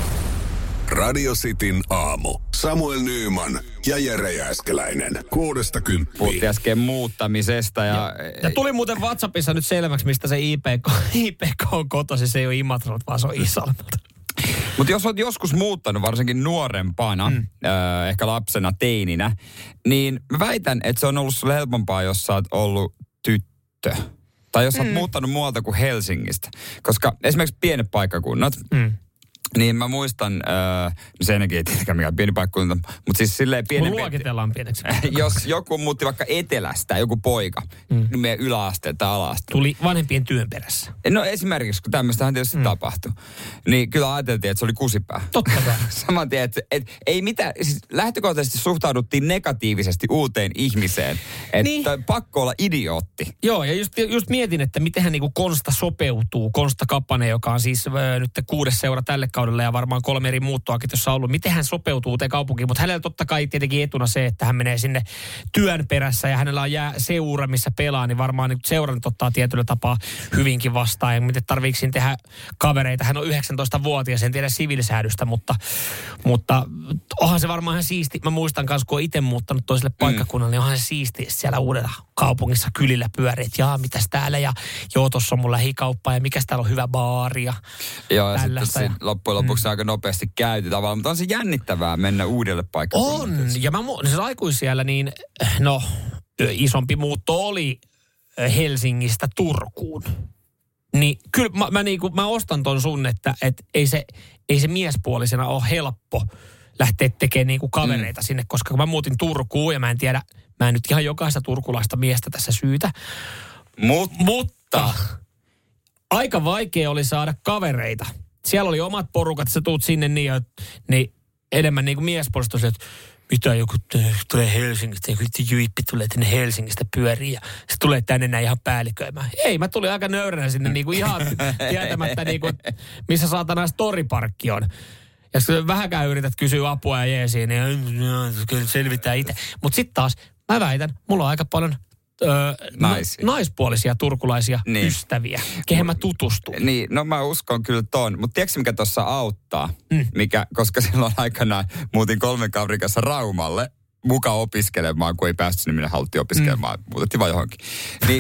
Radio Cityn aamu. Samuel Nyyman ja Jere Jääskeläinen. Kuudesta kymppiin. Puhuttiin äsken muuttamisesta. Ja, ja, ja tuli muuten WhatsAppissa nyt selväksi, mistä se I P K, I P K on kotoisin. Se ei ole Imatralta, vaan se on Iisalmelta. Mutta jos olet joskus muuttanut, varsinkin nuorempana, mm. äh, ehkä lapsena, teininä, niin väitän, että se on ollut sulle helpompaa, jos sä oot ollut tyttö. Tai jos sä oot mm. muuttanut muualta kuin Helsingistä. Koska esimerkiksi pienet paikkakunnat, mm. niin mä muistan, äh, no se ennenkin ei tietenkään mikään pieni paikkakunta, mutta siis silleen pienen... Mun luokitellaan pieneksi. Jos joku muutti vaikka etelästä, joku poika, mm. niin meidän yläasteelta tai ala-asteelta. Tuli vanhempien työn perässä. No esimerkiksi, kun tämmöistähän tietysti mm. tapahtui, niin kyllä ajateltiin, että se oli kusipää. Totta kai. Saman tien, että et, ei mitään, siis lähtökohtaisesti suhtauduttiin negatiivisesti uuteen ihmiseen, että niin. Pakko olla idiootti. Joo, ja just, just mietin, että miten hän niinku Konsta sopeutuu. Konsta Kapanen, joka on siis äh, nyt kuudes seura tälle kaudelle kaudella ja varmaan kolme eri muuttoakin tuossa ollut. Miten hän sopeutuu uuteen kaupunkiin, mutta hänellä totta kai tietenkin etuna se, että hän menee sinne työn perässä ja hänellä on jää seura, missä pelaa, niin varmaan niin seuran ottaa tietyllä tapaa hyvinkin vastaan. Ja miten tarviiko siinä tehdä kavereita? Hän on yhdeksäntoistavuotias, en tiedä siviilisäädystä, mutta, mutta onhan se varmaan ihan siisti. Mä muistan kanssa, kun olen itse muuttanut toiselle paikkakunnalle, mm. niin onhan se siisti siellä uudella kaupungissa kylillä pyörii, että jaa, mitäs täällä ja joo, tossa on mun lähikauppa ja mikäs täällä on hyvä baari ja joo, ja sitten ja... loppujen lopuksi mm. aika nopeasti käyty tavallaan, mutta on se jännittävää mennä uudelle paikkakunnalle. On, ja mä siis aikuis siellä, niin no, isompi muutto oli Helsingistä Turkuun. Niin kyllä mä, mä, niinku, mä ostan ton sun, että et ei, se, ei se miespuolisena ole helppo lähteä tekemään niinku kavereita mm. sinne, koska kun mä muutin Turkuun ja mä en tiedä, mä en nyt ihan jokaista turkulaista miestä tässä syytä. Mut, mutta aika vaikea oli saada kavereita. Siellä oli omat porukat, sä tuut sinne niin, niin enemmän niin kuin miespuolista, että mitä joku tulee Helsingistä, joku juippi tulee tänne Helsingistä pyöriin ja se tulee tänne näin ihan päälliköimään. Ei, mä tulin aika nöyränä sinne niin kuin ihan tietämättä, niin kuin, missä saatana storiparkki on. Ja jos vähänkään yrität kysyä apua ja jeesiin, niin kyllä selvitään itse. Mutta sitten taas, mä väitän, mulla on aika paljon öö, Naisia. naispuolisia turkulaisia niin. ystäviä, kehen mä tutustun. Niin, no mä uskon kyllä ton. Mutta tiedätkö mikä tuossa auttaa? Mm. Mikä, koska silloin aikanaan muutin kolmen kaverin kanssa Raumalle mukaan opiskelemaan, kun ei päästy sinne, minne haluttiin opiskelemaan. Mm. Muutettiin vaan johonkin. Niin,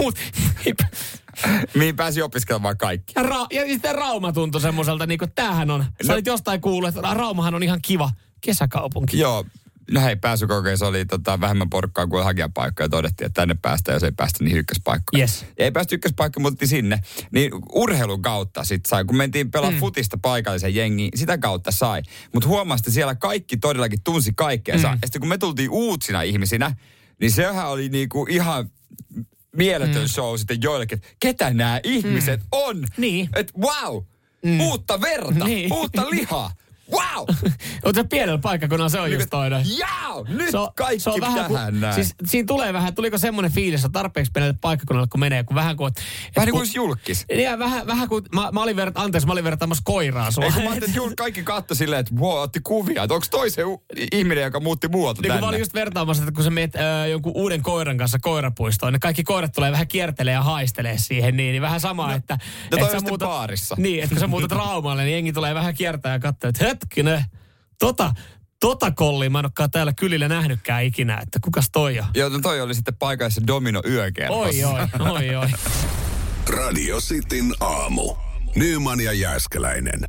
mihin pääsi opiskelemaan kaikki. Ja, ra- ja sitten Rauma tuntui semmoiselta, niin kuin tämähän on. Sä no. olit jostain kuullut, että Raumahan on ihan kiva kesäkaupunki. Joo. No hei, pääsykokeissa oli tota, vähemmän porkkaa kuin hakijapaikkoja ja todettiin, että tänne päästään, jos ei päästä niin ykköspaikkoja. Yes. Ja ei päästy ykköspaikkoja, mutta sinne. Niin urheilun kautta sitten sai, kun mentiin pelaa mm. futista paikallisen jengiin, sitä kautta sai. Mutta huomasi, että siellä kaikki todellakin tunsi kaikkeensa. Mm. Ja sitten kun me tultiin uutsina ihmisinä, niin sehän oli niinku ihan mieletön mm. show sitten joillekin, että ketä nämä ihmiset mm. on. Niin. Että wow, mm. uutta verta, niin. uutta lihaa. Wow! Oot sä pienellä paikkakunnalla, se on just toinen. Jaa! Nyt so, kaikki so tähän ku, näin. Siis siinä tulee vähän, tuliko semmoinen fiilis, että tarpeeksi pienelle paikkakunnalle, kun menee, kun vähän kuin... Vähän niin kuin olisi julkis. Niin, vähän, vähän kuin, mä, mä olin verrat, anteeksi, mä olin verrattaamassa koiraa sua. Ei kun mä ajattelin, että kaikki katsoi silleen, että wow, otti kuvia. Että onko toi se ihminen, joka muutti muualta niin, tänne? Mä olin just vertaamassa, että kun sä meet äh, jonkun uuden koiran kanssa koirapuistoon, niin kaikki koirat tulee vähän kiertelee ja haistelee siihen, niin, niin vähän sama, no, että... No toi et on muutat, baarissa. Niin, että kun sä muutat Raumalle, niin jengi tulee vähän kiertää ja katsoo, että hetkinen... Tota, tota kollia mä en olekaan täällä kylillä nähnytkään ikinä, että kukas toi on? Joo, no toi oli sitten paikallisessa Domino yökerhossa. Oi, oi, oi, oi. Radio Cityn aamu. Nyman ja Jääskeläinen.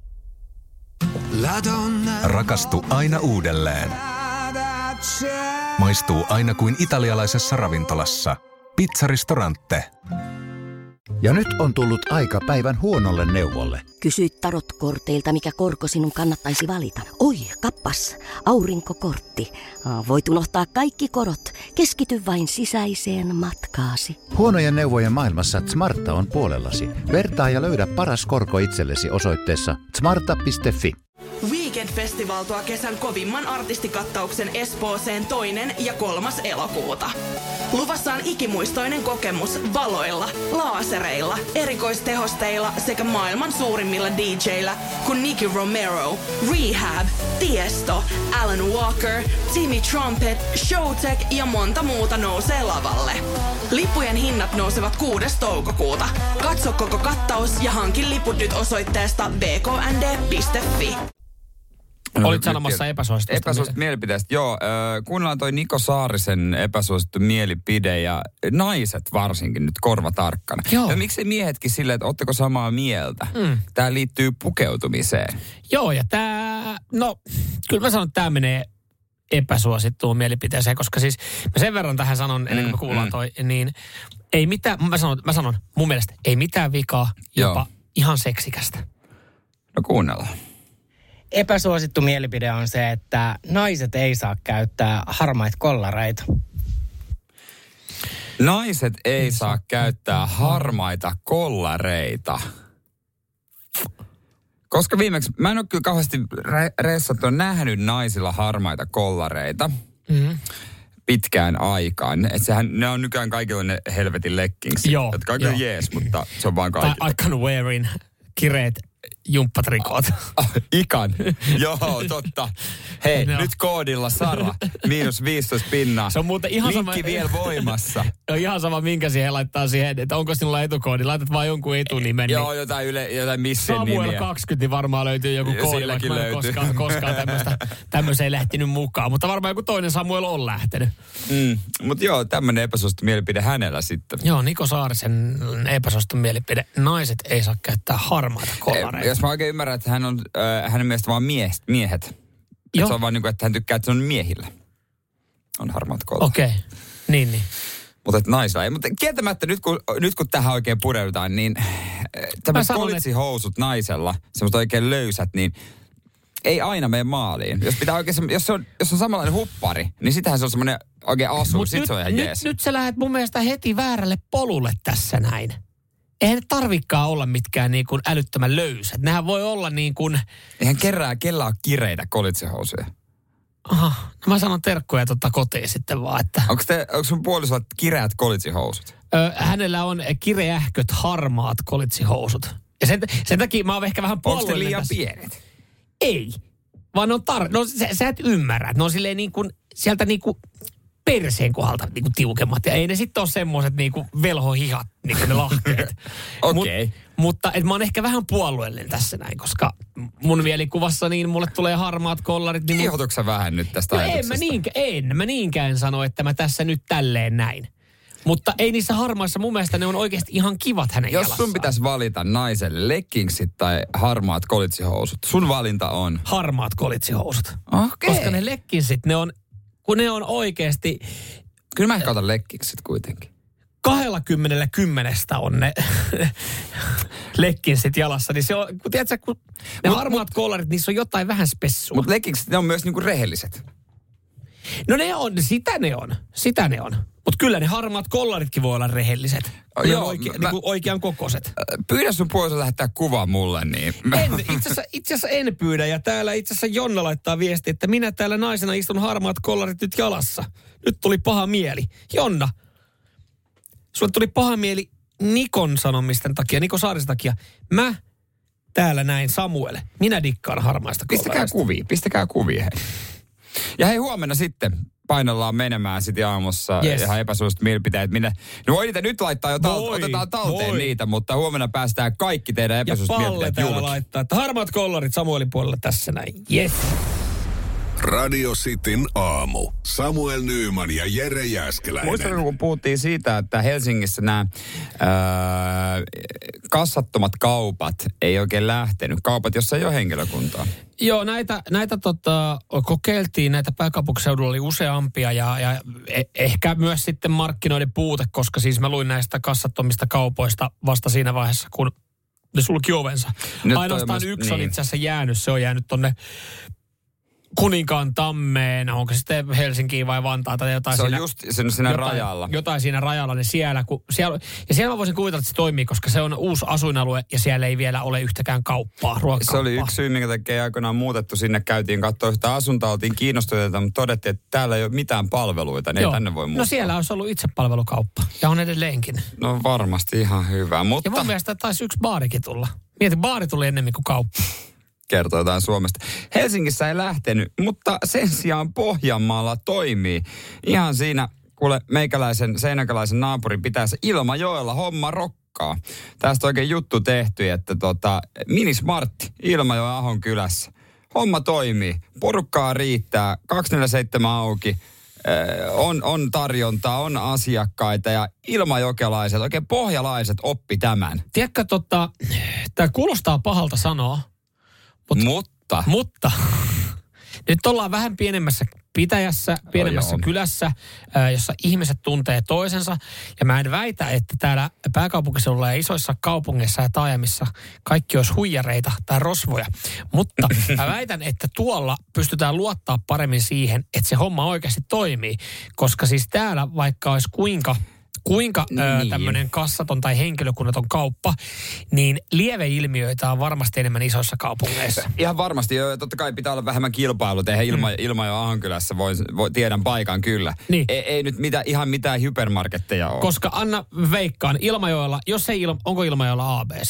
Rakastu aina uudelleen. Maistuu aina kuin italialaisessa ravintolassa. Pizzaristorante. Ja nyt on tullut aika päivän huonolle neuvolle. Kysy tarotkorteilta, mikä korko sinun kannattaisi valita. Oi, kappas, aurinkokortti. Voit unohtaa kaikki korot. Keskity vain sisäiseen matkaasi. Huonojen neuvojen maailmassa Smarta on puolellasi. Vertaa ja löydä paras korko itsellesi osoitteessa smarta piste fi. Weekend-festival tuo kesän kovimman artistikattauksen Espooseen toinen ja kolmas elokuuta. Luvassa on ikimuistoinen kokemus valoilla, laasereilla, erikoistehosteilla sekä maailman suurimmilla D J:illä kuin Nicky Romero, Rehab, Tiesto, Alan Walker, Timmy Trumpet, Showtek ja monta muuta nousee lavalle. Lippujen hinnat nousevat kuudes toukokuuta. Katso koko kattaus ja hankin liput nyt osoitteesta w k n d piste f i. No, olit sanomassa epäsuositusta. Epäsuosittu mielipiteestä, joo. Äh, kuunnellaan toi Niko Saarisen epäsuosittu mielipide ja naiset varsinkin nyt korvatarkkana. Joo. Ja miksei miehetkin silleen, että ootteko samaa mieltä? Mm. Tää liittyy pukeutumiseen. Joo, ja tää, no kyllä mä sanon, että tää menee epäsuosittuun mielipiteeseen, koska siis mä sen verran tähän sanon, ennen kuin me kuullaan mm, toi, niin ei mitään, mä sanon, mä sanon mun mielestä ei mitään vikaa, jopa joo. ihan seksikästä. No kuunnellaan. Epäsuosittu mielipide on se, että naiset ei saa käyttää harmaita kollareita. Naiset ei mm. saa käyttää harmaita kollareita. Koska viimeksi, mä en ole kyllä kauheasti re- reissattu nähnyt naisilla harmaita kollareita mm. pitkään aikaan. Et sehän, ne on nykyään kaikilla ne helvetin leggingsit. Joo. Jotka on kyllä jees, mutta se on vaan kaikilla. Tai I can wearin kireet jumppatrikoot. Ikan. Joo, totta. Hei, no. Nyt koodilla Sara, miinus viisitoista pinnaa. Se on muuten ihan Linkki sama. vielä voimassa. On ihan sama, minkä siihen laittaa siihen, että onko sinulla etukoodi. Laitat vaan jonkun etunimen. E, joo, jotain, yle, jotain missien Samuel nimiä. kaksikymmentä, niin varmaan löytyy joku koodi. Silläkin löytyy. Koskaan, koskaan tämmöiseen lähtenyt mukaan. Mutta varmaan joku toinen Samuel on lähtenyt. Mm, mutta joo, tämmöinen epäsuosittu mielipide hänellä sitten. Joo, Niko Saarisen epäsuosittu mielipide. Naiset ei saa käyttää harmaita kollareita. Jos mä oikein ymmärrän, että hän on, äh, hänen mielestä vaan miehet. miehet. Että se on vaan niin kuin, että hän tykkää, että se on miehillä. On harmaat kollareita. Okei, okay. niin niin. Mutta että naisilla ei. Mutta kieltämättä nyt kun, nyt kun tähän oikein pureudutaan, niin tämä kolitsihousut naisella, semmoista oikein löysät, niin ei aina mene maaliin. Jos, pitää oikein, jos, se on, jos on samanlainen huppari, niin sitähän se on semmoinen oikein asu. Sitten se on ihan nyt, jees. Nyt sä lähdet mun mielestä heti väärälle polulle tässä näin. Eihän ne tarvikaan olla mitkään niin kuin älyttömän löysät. Nehän voi olla niin kuin... Eihän kerää, kellä on kireitä kolitsihousuja. Aha, no mä sanon terkkuja tota kotiin sitten vaan, että... Onko, te, onko sun puolisolla kireät kolitsihousut? Ö, hänellä on kireähköt harmaat kolitsihousut. Ja sen, sen takia mä oon ehkä vähän puolueellinen. Onko ne liian tässä. pienet? Ei, vaan ne on tar... No sä, sä et ymmärrä, ne on silleen niin kuin, sieltä niin kuin perseen kohdalta niin kuin tiukemmat. Ja ei ne sitten ole semmoiset niin kuin velhohihat, niin kuin ne lahteet. Okei. Mut, mutta et mä oon ehkä vähän puolueellinen tässä näin, koska mun mielikuvassa niin mulle tulee harmaat kollarit. Niin Kiihotutko sä vähän nyt tästä no ajatuksesta? En mä, niinkään, en mä niinkään sano, että mä tässä nyt tälleen näin. Mutta ei niissä harmaissa, mun mielestä ne on oikeasti ihan kivat hänen Jos jalassaan. sun pitäisi valita naiselle leggingsit tai harmaat kolitsihousut, sun valinta on? Harmaat kolitsihousut. Okei. Koska ne leggingsit, ne on, kun ne on oikeasti... Kyllä mä ehkä otan leggingsit kuitenkin. Kahdellakymmenellä kymmenestä on ne leggingsit jalassa. Niin se on, kun tiedätkö, kun ne mut, harmaat mut, kollarit, niissä on jotain vähän spessua. Mutta leggingsit, ne on myös niinku rehelliset. No ne on, sitä ne on, sitä ne on. Mutta kyllä ne harmaat kollaritkin voi olla rehelliset. Ne Joo, on oike, mä, niinku oikean kokoiset. Pyydä sun puoliso lähettää kuva mulle, niin... En, itse asiassa, itse asiassa en pyydä. Ja täällä itse asiassa Jonna laittaa viesti, että minä täällä naisena istun harmaat kollarit nyt jalassa. Nyt tuli paha mieli. Jonna, sulle tuli paha mieli Nikon sanomisten takia, Niko Saarisen takia. Mä täällä näin Samuel. Minä dikkaan harmaista kollareista. Pistäkää kuvia, pistäkää kuvia hei. Ja hei, huomenna sitten painellaan menemään sitten aamussa yes. ihan epäsuositut mielipiteet. Minne, no voi niitä nyt laittaa jo, tal- voi, otetaan talteen voi. niitä, mutta huomenna päästään kaikki teidän epäsuositut mielipiteet julki. Ja Palle laittaa, että harmaat kollarit Samuelin puolella tässä näin. Yes. Radio Cityn aamu. Samuel Nyyman ja Jere Jääskeläinen. Muistatko, kun puhuttiin siitä, että Helsingissä nämä öö, kassattomat kaupat ei oikein lähtenyt. Kaupat, jossa ei ole henkilökuntaa. Joo, näitä, näitä tota, kokeiltiin, näitä pääkaupunkiseudulla oli useampia ja, ja e- ehkä myös sitten markkinoiden puute, koska siis mä luin näistä kassattomista kaupoista vasta siinä vaiheessa, kun ne sulki ovensa. Nyt ainoastaan yksi niin. on itse asiassa jäänyt, se on jäänyt tonne Kuninkaan Tammeen, onko se sitten Helsinkiin vai Vantaa tai jotain se siinä. Se on just siinä, siinä jotain, rajalla. Jotain siinä rajalla, niin siellä, kun, siellä, ja siellä mä voisin kuvitella, että se toimii, koska se on uusi asuinalue ja siellä ei vielä ole yhtäkään kauppaa, ruokakauppaa. Se oli yksi syy, minkä takia aikoinaan muutettu sinne, käytiin katsoa yhtä asuntoa, oltiin kiinnostuneita, mutta todettiin, että täällä ei ole mitään palveluita, niin ei tänne voi muuttaa. No siellä olisi ollut itsepalvelukauppa ja on edelleenkin. No varmasti ihan hyvä, mutta... Ja mun mielestä taisi yksi baarikin tulla. Mieti, baari tuli ennemmin kuin kauppa. Kertoo jotain Suomesta. Helsingissä ei lähtenyt, mutta sen sijaan Pohjanmaalla toimii. Ihan siinä, kuule, meikäläisen seinäkäläisen naapurin pitäisi Ilmajoella homma rokkaa. Tästä oikein juttu tehty, että tota, Minismartti Ilmajoen Ahon kylässä. Homma toimii, porukkaa riittää, kaksikymmentäseitsemän auki. On, on tarjontaa, on asiakkaita ja ilmajokelaiset, oikein pohjalaiset oppi tämän. Tiedätkö, tota, tämä kuulostaa pahalta sanoa. Mut, mutta. Mutta. Nyt ollaan vähän pienemmässä pitäjässä, pienemmässä oh, kylässä, jossa ihmiset tuntee toisensa. Ja mä en väitä, että täällä pääkaupunkiseudulla ja isoissa kaupungeissa ja taajamissa kaikki olisi huijareita tai rosvoja. Mutta mä väitän, että tuolla pystytään luottaa paremmin siihen, että se homma oikeasti toimii. Koska siis täällä vaikka olisi kuinka... Kuinka niin. tämmöinen kassaton tai henkilökunnaton kauppa, niin lieveilmiöitä on varmasti enemmän isoissa kaupungeissa. Ihan varmasti, joo. Totta kai pitää olla vähemmän kilpailut. Eihän Ilma, mm. Ilma jo Ahonkylässä voi, voi, tiedän paikan kyllä. Niin. Ei, ei nyt mitä, ihan mitään hypermarketteja ole. Koska anna veikkaan, Ilmajoella, jos ei, onko Ilmajoella A B C?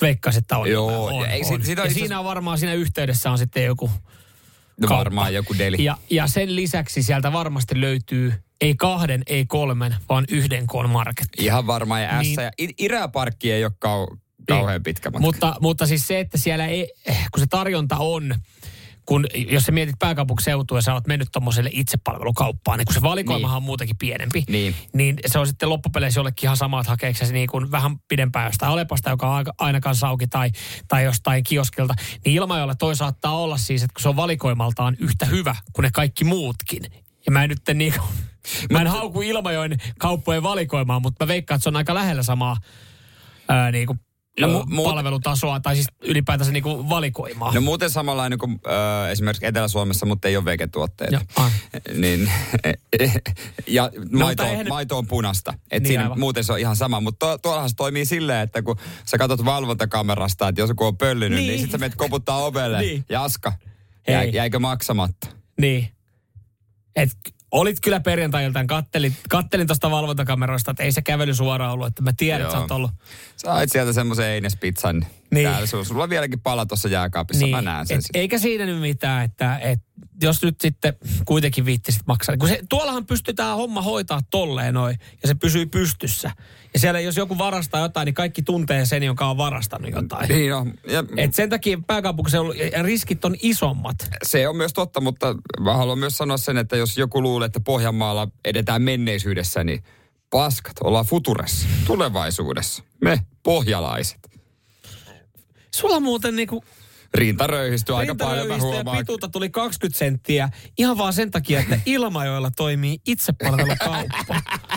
veikkaisin, että on. Joo. On, ei, on. Sit, sit ja on siinä on varmaan siinä yhteydessä on sitten joku no, kauppa. varmaan joku deli. Ja, ja sen lisäksi sieltä varmasti löytyy ei kahden, ei kolmen, vaan yhden koon marketti. Ihan varmaan ja niin, S. Ja Iräparkki ei ole kau, kauhean niin, pitkä matka. Mutta, mutta siis se, että siellä ei, kun se tarjonta on, kun jos sä mietit pääkaupunkiseutua ja sä oot mennyt tommoselle itsepalvelukauppaan, niin kun se valikoimahan niin on muutenkin pienempi, niin. niin se on sitten loppupeleissä jollekin ihan sama, että hakeeko se niin kuin vähän pidempään jostain Alepasta, joka on aina kanssa auki, tai, tai jostain kioskilta. Niin Ilmajoella toi saattaa olla siis, että kun se on valikoimaltaan yhtä hyvä kuin ne kaikki muutkin. Ja mä en nyt niin kuin, mä en hauku Ilmajoen kauppojen valikoimaan, mutta mä veikkaan, että se on aika lähellä samaa ää, niin kuin No, mu- palvelutasoa tai siis ylipäätänsä niinku valikoimaa. No muuten samanlainen kuin äh, esimerkiksi Etelä-Suomessa, mutta ei ole vegetuotteita. Ja, niin, ja maito, no, maito on punasta. Et niin siinä aivan. Muuten se on ihan sama. Mutta to, tuollahan se toimii silleen, että kun sä katsot valvontakamerasta, että jos joku on pöllinyt, niin, niin sitten sä menet koputtaa ovelle. Niin. Jaska, Jä, jäikö maksamatta? Niin. Et olit kyllä perjantai-iltaan, kattelin, kattelin tuosta valvontakameroista, että ei se kävely suoraan ollut, että mä tiedän, että sä oot ollut. Sä ait sieltä semmoisen Eines-pizzan. Niin. Täällä, sulla on vieläkin pala tuossa jääkaapissa, niin. Mä näen sen. Et, eikä siinä nyt mitään, että et, jos nyt sitten kuitenkin viittisit maksaa. Kun se, tuollahan pystytään homma hoitaa tolleen noin, ja se pysyy pystyssä. Ja siellä jos joku varastaa jotain, niin kaikki tuntee sen, joka on varastanut jotain. Niin on. Ja et sen takia pääkaupunkiseudulla riskit on isommat. Se on myös totta, mutta mä haluan myös sanoa sen, että jos joku luulee, että Pohjanmaalla edetään menneisyydessä, niin paskat, ollaan futuressa, tulevaisuudessa. Me, pohjalaiset. Sulla muuten niinku rinta röyhistyi aika paljon, mä huomaan. Ja pituutta tuli kaksikymmentä senttiä ihan vaan sen takia, että Ilmajoella toimii itsepalvelukauppa.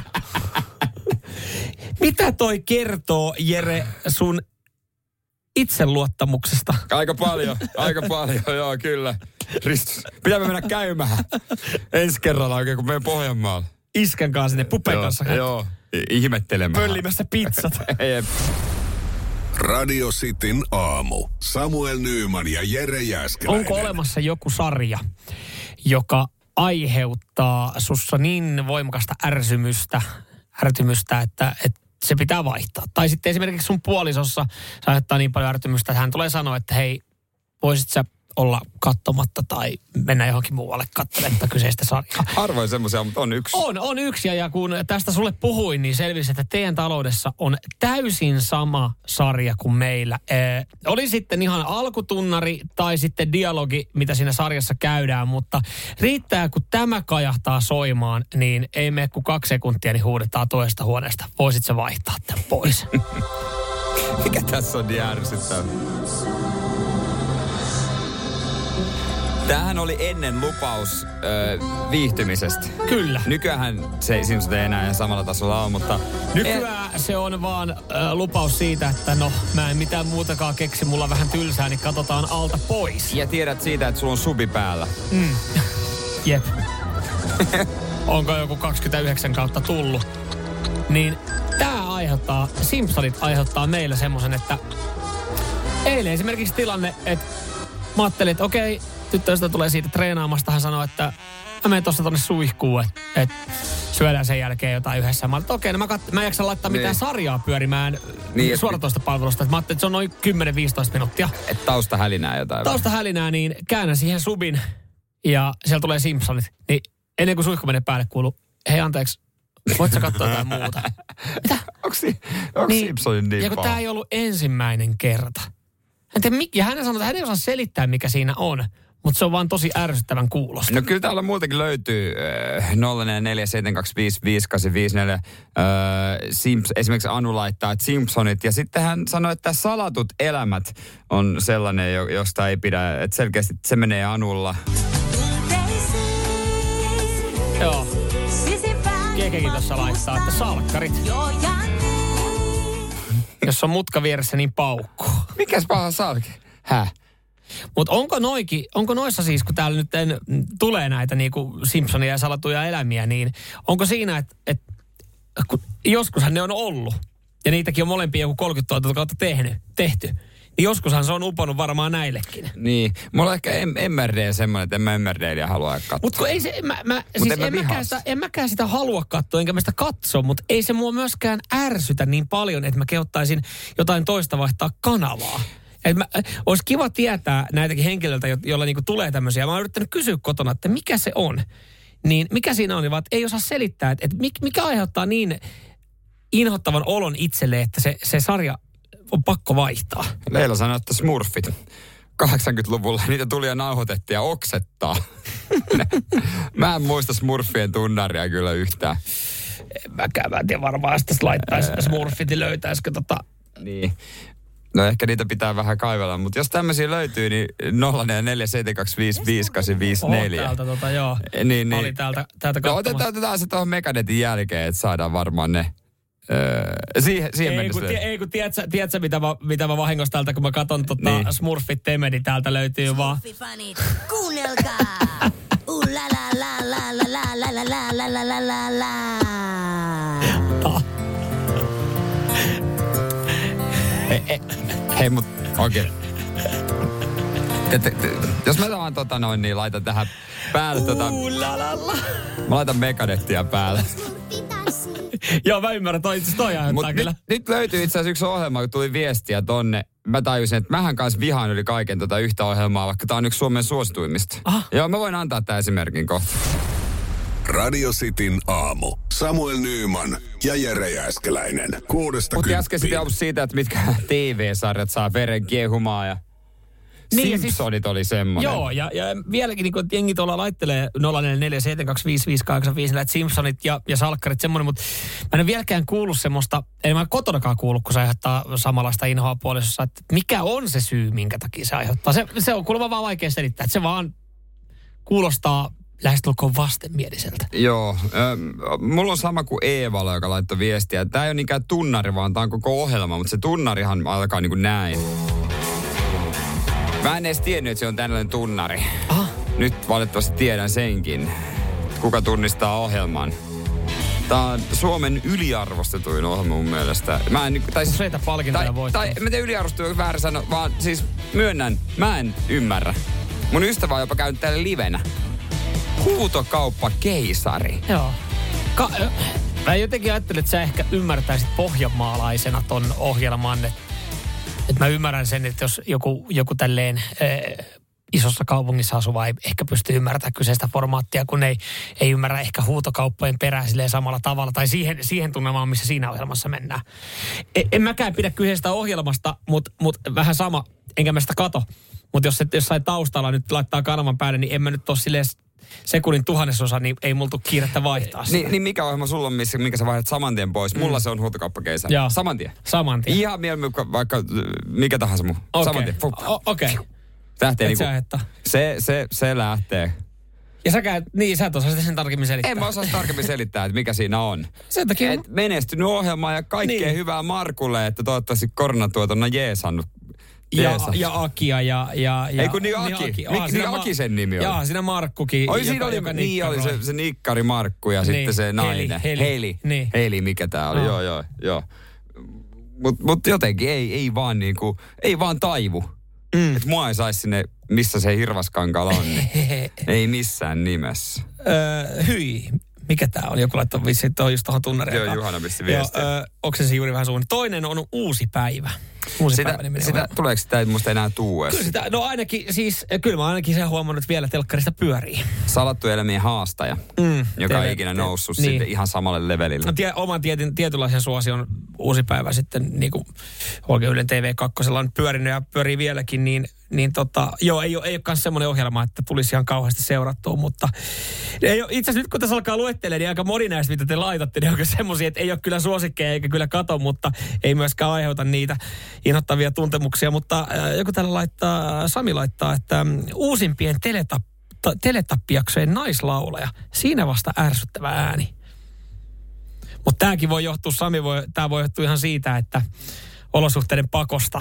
Mitä toi kertoo, Jere, sun itseluottamuksesta? Aika paljon, aika paljon, joo, kyllä. Ristus, pitää mennä käymään ensi kerralla oikein, kun menen Pohjanmaalle. Iskän kanssa sinne, Pupen kanssa. Joo, joo, ihmettelemään. Pöllimässä pizzat. Radio Cityn aamu. Samuel Nyyman ja Jere Jääskeläinen. Onko olemassa joku sarja, joka aiheuttaa sussa niin voimakasta ärsymystä, ärtymystä, että, että se pitää vaihtaa? Tai sitten esimerkiksi sun puolisossa se aiheuttaa niin paljon ärtymystä, että hän tulee sanoa, että hei, voisit sä olla katsomatta tai mennä johonkin muualle katselemaan kyseistä sarjaa. Harvoin semmoisia, mutta on yksi. On, on yksi. Ja kun tästä sulle puhuin, niin selvisi, että teidän taloudessa on täysin sama sarja kuin meillä. Ee, oli sitten ihan alkutunnari tai sitten dialogi, mitä siinä sarjassa käydään, mutta riittää, kun tämä kajahtaa soimaan, niin ei mene kuin kaksi sekuntia, niin huudetaan toista huoneesta. Voisit sä vaihtaa tämän pois? Mikä tässä on niin ärsyttävää? Tämähän oli ennen lupaus ö, viihtymisestä. Kyllä. Nykyään se ei Simpsons enää ihan samalla tasolla ole, mutta nykyään e- se on vaan ö, lupaus siitä, että no mä en mitään muutakaan keksi, mulla on vähän tylsää, niin katsotaan alta pois. Ja tiedät siitä, että sulla on subi päällä. Mm. Jep. Onko joku kaksikymmentäyhdeksän kautta tullut? Niin tää aiheuttaa, Simpsonit aiheuttaa meillä semmoisen, että eilen esimerkiksi tilanne, että mä ajattelin, että okei, tyttöystä tulee siitä treenaamasta, hän sanoi, että mä menen tuossa tonne suihkuun, että et syödään sen jälkeen jotain yhdessä. Mä ajattelin, että okei, no mä, kat- mä en jaksa laittaa mitään niin sarjaa pyörimään niin, suoratoista palvelusta. Mä ajattelin, että se on noin kymmenen viisitoista minuuttia. Että tausta hälinää jotain. Tausta hälinää, niin käännän siihen subin ja siellä tulee Simpsonit. Niin ennen kuin suihku menee päälle kuuluu, hei anteeksi, voit sä katsoa jotain muuta? Mitä? Onko niin, Simpsonin niin ja kun tää ei ollut ensimmäinen kerta. Ja hän sanoi, että hän ei osaa selittää, mikä siinä on, mutta se on vaan tosi ärsyttävän kuulosta. No kyllä täällä muutenkin löytyy äh, nolla neljä seitsemän kaksi viisi viisi kahdeksan viisi neljä. Äh, Simps, esimerkiksi Anu laittaa, että Simpsonit. Ja sitten hän sanoi, että Salatut elämät on sellainen, josta ei pidä, että selkeästi se menee Anulla. Joo. Kekekin tuossa laittaa, että salkkarit. Jos on mutka vieressä, niin paukkuu. Mikäs paha salki? Häh? Mutta onko noikin, onko noissa siis, kun täällä nyt en, tulee näitä niinku Simpsonia ja salatuja elämiä, niin onko siinä, että et, joskushan ne on ollut, ja niitäkin on molempia joku kolmekymmentä kautta tehnyt, tehty, Niin joskushan se on uponnut varmaan näillekin. Niin. Mulla on ehkä M R D semmoinen, että en mä M R D:liä halua katsoa. Mutta ei se, mä, mä, siis en, en, mäkään sitä, en mäkään sitä halua katsoa, enkä mä sitä katso, mutta ei se mua myöskään ärsytä niin paljon, että mä kehottaisin jotain toista vaihtaa kanavaa. Et mä, olisi kiva tietää näitäkin henkilöiltä, jo, joilla niinku tulee tämmöisiä. Mä oon yrittänyt kysyä kotona, että mikä se on. Niin mikä siinä on, niin vaan ei osaa selittää, että, että mikä aiheuttaa niin inhottavan olon itselle, että se, se sarja on pakko vaihtaa. Leila sanoi, että Smurfit. kahdeksankymmentäluvulla niitä tuli ja nauhoitettiin ja oksettaa. Mä en muista Smurfien tunnaria kyllä yhtään. En mäkään, mä en tiedä varmaan, että laittaisi Smurfit, niin löytäisikö tota... Niin. No ehkä niitä pitää vähän kaivella, mutta jos tämmöisiä löytyy, niin nolla neljä seitsemän kaksi viisi viisi kahdeksan viisi neljä. Oho, täältä tota, joo. Niin, niin. Oli täältä, täältä no, otetaan, otetaan se tuohon Meganetin jälkeen, että saadaan varmaan ne... Öö, siihen, siihen ei, mennessä. Kun, ei kun tiedätkö, tiedätkö mitä, mä, mitä mä vahingossa täältä, kun mä katson tota niin. Smurfit Temedi, täältä löytyy vaan... Smurfifanit, kuunnelkaa! Uh la la la la la la la la la la la la la. Hei, hei, hei mut okei. Okay. Jos mä vaan tota noin, niin laitan tähän päälle tota... Uh la la la. Mä laitan Megadettia päälle. Joo, mä ymmärrän, toi itse toi aiheuttaa kyllä. Nyt, nyt löytyy itse asiassa yksi ohjelma, kun tuli viestiä tonne. Mä tajusin, että mähän kanssa vihaan yli kaiken tota yhtä ohjelmaa, vaikka tää on yksi Suomen suosituimmista. Aha. Joo, mä voin antaa tää esimerkin kohta. Radio Cityn aamu. Samuel Nyyman ja Jere Jääskeläinen. Kuudesta Mutta äsken sitten siitä, että mitkä T V-sarjat saa veren kiehumaan ja... Niin, Simpsonit siis, oli semmoinen. Joo, ja, ja vieläkin niin kun jengi tuolla laittelee nolla neljä neljä seitsemän kaksi viisi viisi kahdeksan viisi, että Simpsonit ja, ja salkkarit semmoinen, mutta mä en ole vieläkään kuullut semmoista, en mä kotonakaan kuullut, kun se aiheuttaa samanlaista inhoa puolisossa, että mikä on se syy, minkä takia se aiheuttaa. Se, se on kuulemma vaan vaikea selittää, että se vaan kuulostaa lähestulkoon vastenmieliseltä. Joo, äh, mulla on sama kuin Eevalla, joka laittoi viestiä. Tämä ei ole niinkään tunnari, vaan tämä on koko ohjelma, mutta se tunnarihan alkaa niin kuin näin. Mä en edes tiennyt, että se on tällainen tunnari. Aha. Nyt valitettavasti tiedän senkin. Kuka tunnistaa ohjelman. Tää on Suomen yliarvostetuin ohjelma mun mielestä. Mä en... Tai, Useita palkintoja voittaa. Tai, mä tiedän yliarvostetuin väärä sano, vaan siis myönnän, mä en ymmärrä. Mun ystävä on jopa käynyt täällä livenä. Huutokauppa keisari. Joo. Ka- mä jotenkin ajattelin, että sä ehkä ymmärtäisit pohjanmaalaisena ton ohjelman, että et mä ymmärrän sen, että jos joku, joku tälleen äh, isossa kaupungissa asuva ei ehkä pysty ymmärtämään kyseistä formaattia, kun ei, ei ymmärrä ehkä huutokauppojen perää silleen samalla tavalla, tai siihen, siihen tunnelmaan, missä siinä ohjelmassa mennään. En, en mäkään pidä kyseistä ohjelmasta, mutta mut vähän sama, enkä mä sitä kato. Mutta jos se jossain taustalla nyt laittaa kanavan päälle, niin en mä nyt ole silleen sekunnin tuhannesosa, niin ei multu kiirettä vaihtaa sitä. Niin, niin mikä ohjelma sulla on, missä, minkä sä vaihdat saman tien pois? Mm. Mulla se on huutokauppakeisari. Saman tien? Saman tien. Ihan mieluummin vaikka mikä tahansa muu. Okay. Saman tien. Okei. Okay. Lähtee niinku, se, se, se lähtee. Ja sä käyt, niin sä et osaa sen tarkemmin selittää. En mä osaa tarkemmin selittää, että mikä siinä on. Sen takia... Et menestynyt ohjelma ja kaikkea niin. Hyvää Markulle, että toivottavasti koronatuot on jeesannut. Ja, ja Akia ja... ja, ja ei kun niin Aki. Niin, Aki. Mik, niin Aki sen nimi oli? Jaa, siinä Markkukin. Oi, siinä oli, niin oli se, se nikkari Markku ja niin, sitten se nainen. Heli. Heli, niin. Heli mikä tää oli, oh. joo joo joo. Mut, mut jotenkin ei, ei vaan niinku, ei vaan taivu. Mm. Että mua ei saisi sinne, missä se Hirvaskankaalla on, niin ei missään nimessä. Öö, hyi. Mikä tää on? Joku laittaa vissiin, että on just tuohon tunnariin. Joo, Juhana pisti viestiä. Öö, onko se juuri vähän suunni? Toinen on Uusi päivä. Uusi sitä, päivä sitä, tuleeko sitä ei musta enää tuu edes? Kyllä sitä, no ainakin siis, kyllä mä ainakin sen huomannut, että vielä telkkarista pyörii. Salattu elämien haastaja, mm, joka ei ikinä noussut niin. Sitten ihan samalle levelille. No, tie, oman tietyn, tietynlaisen suosion Uusi päivä sitten, niin kuin oikein Ylen T V kaksi on pyörinyt ja pyörii vieläkin, niin niin tota, joo, ei ole, ei ole myös semmoinen ohjelma, että tulisi ihan kauheasti seurattua, mutta ei ole, itse asiassa nyt kun tässä alkaa luettelemaan, niin aika moni näistä, mitä te laitatte, niin on semmoisia, että ei ole kyllä suosikkeja eikä kyllä kato, mutta ei myöskään aiheuta niitä inhottavia tuntemuksia, mutta äh, joku täällä laittaa, Sami laittaa, että ähm, uusimpien teletap, teletappijaksojen naislaulaja, siinä vasta ärsyttävä ääni. Mutta tämäkin voi johtua, Sami, voi, tämä voi johtua ihan siitä, että olosuhteiden pakosta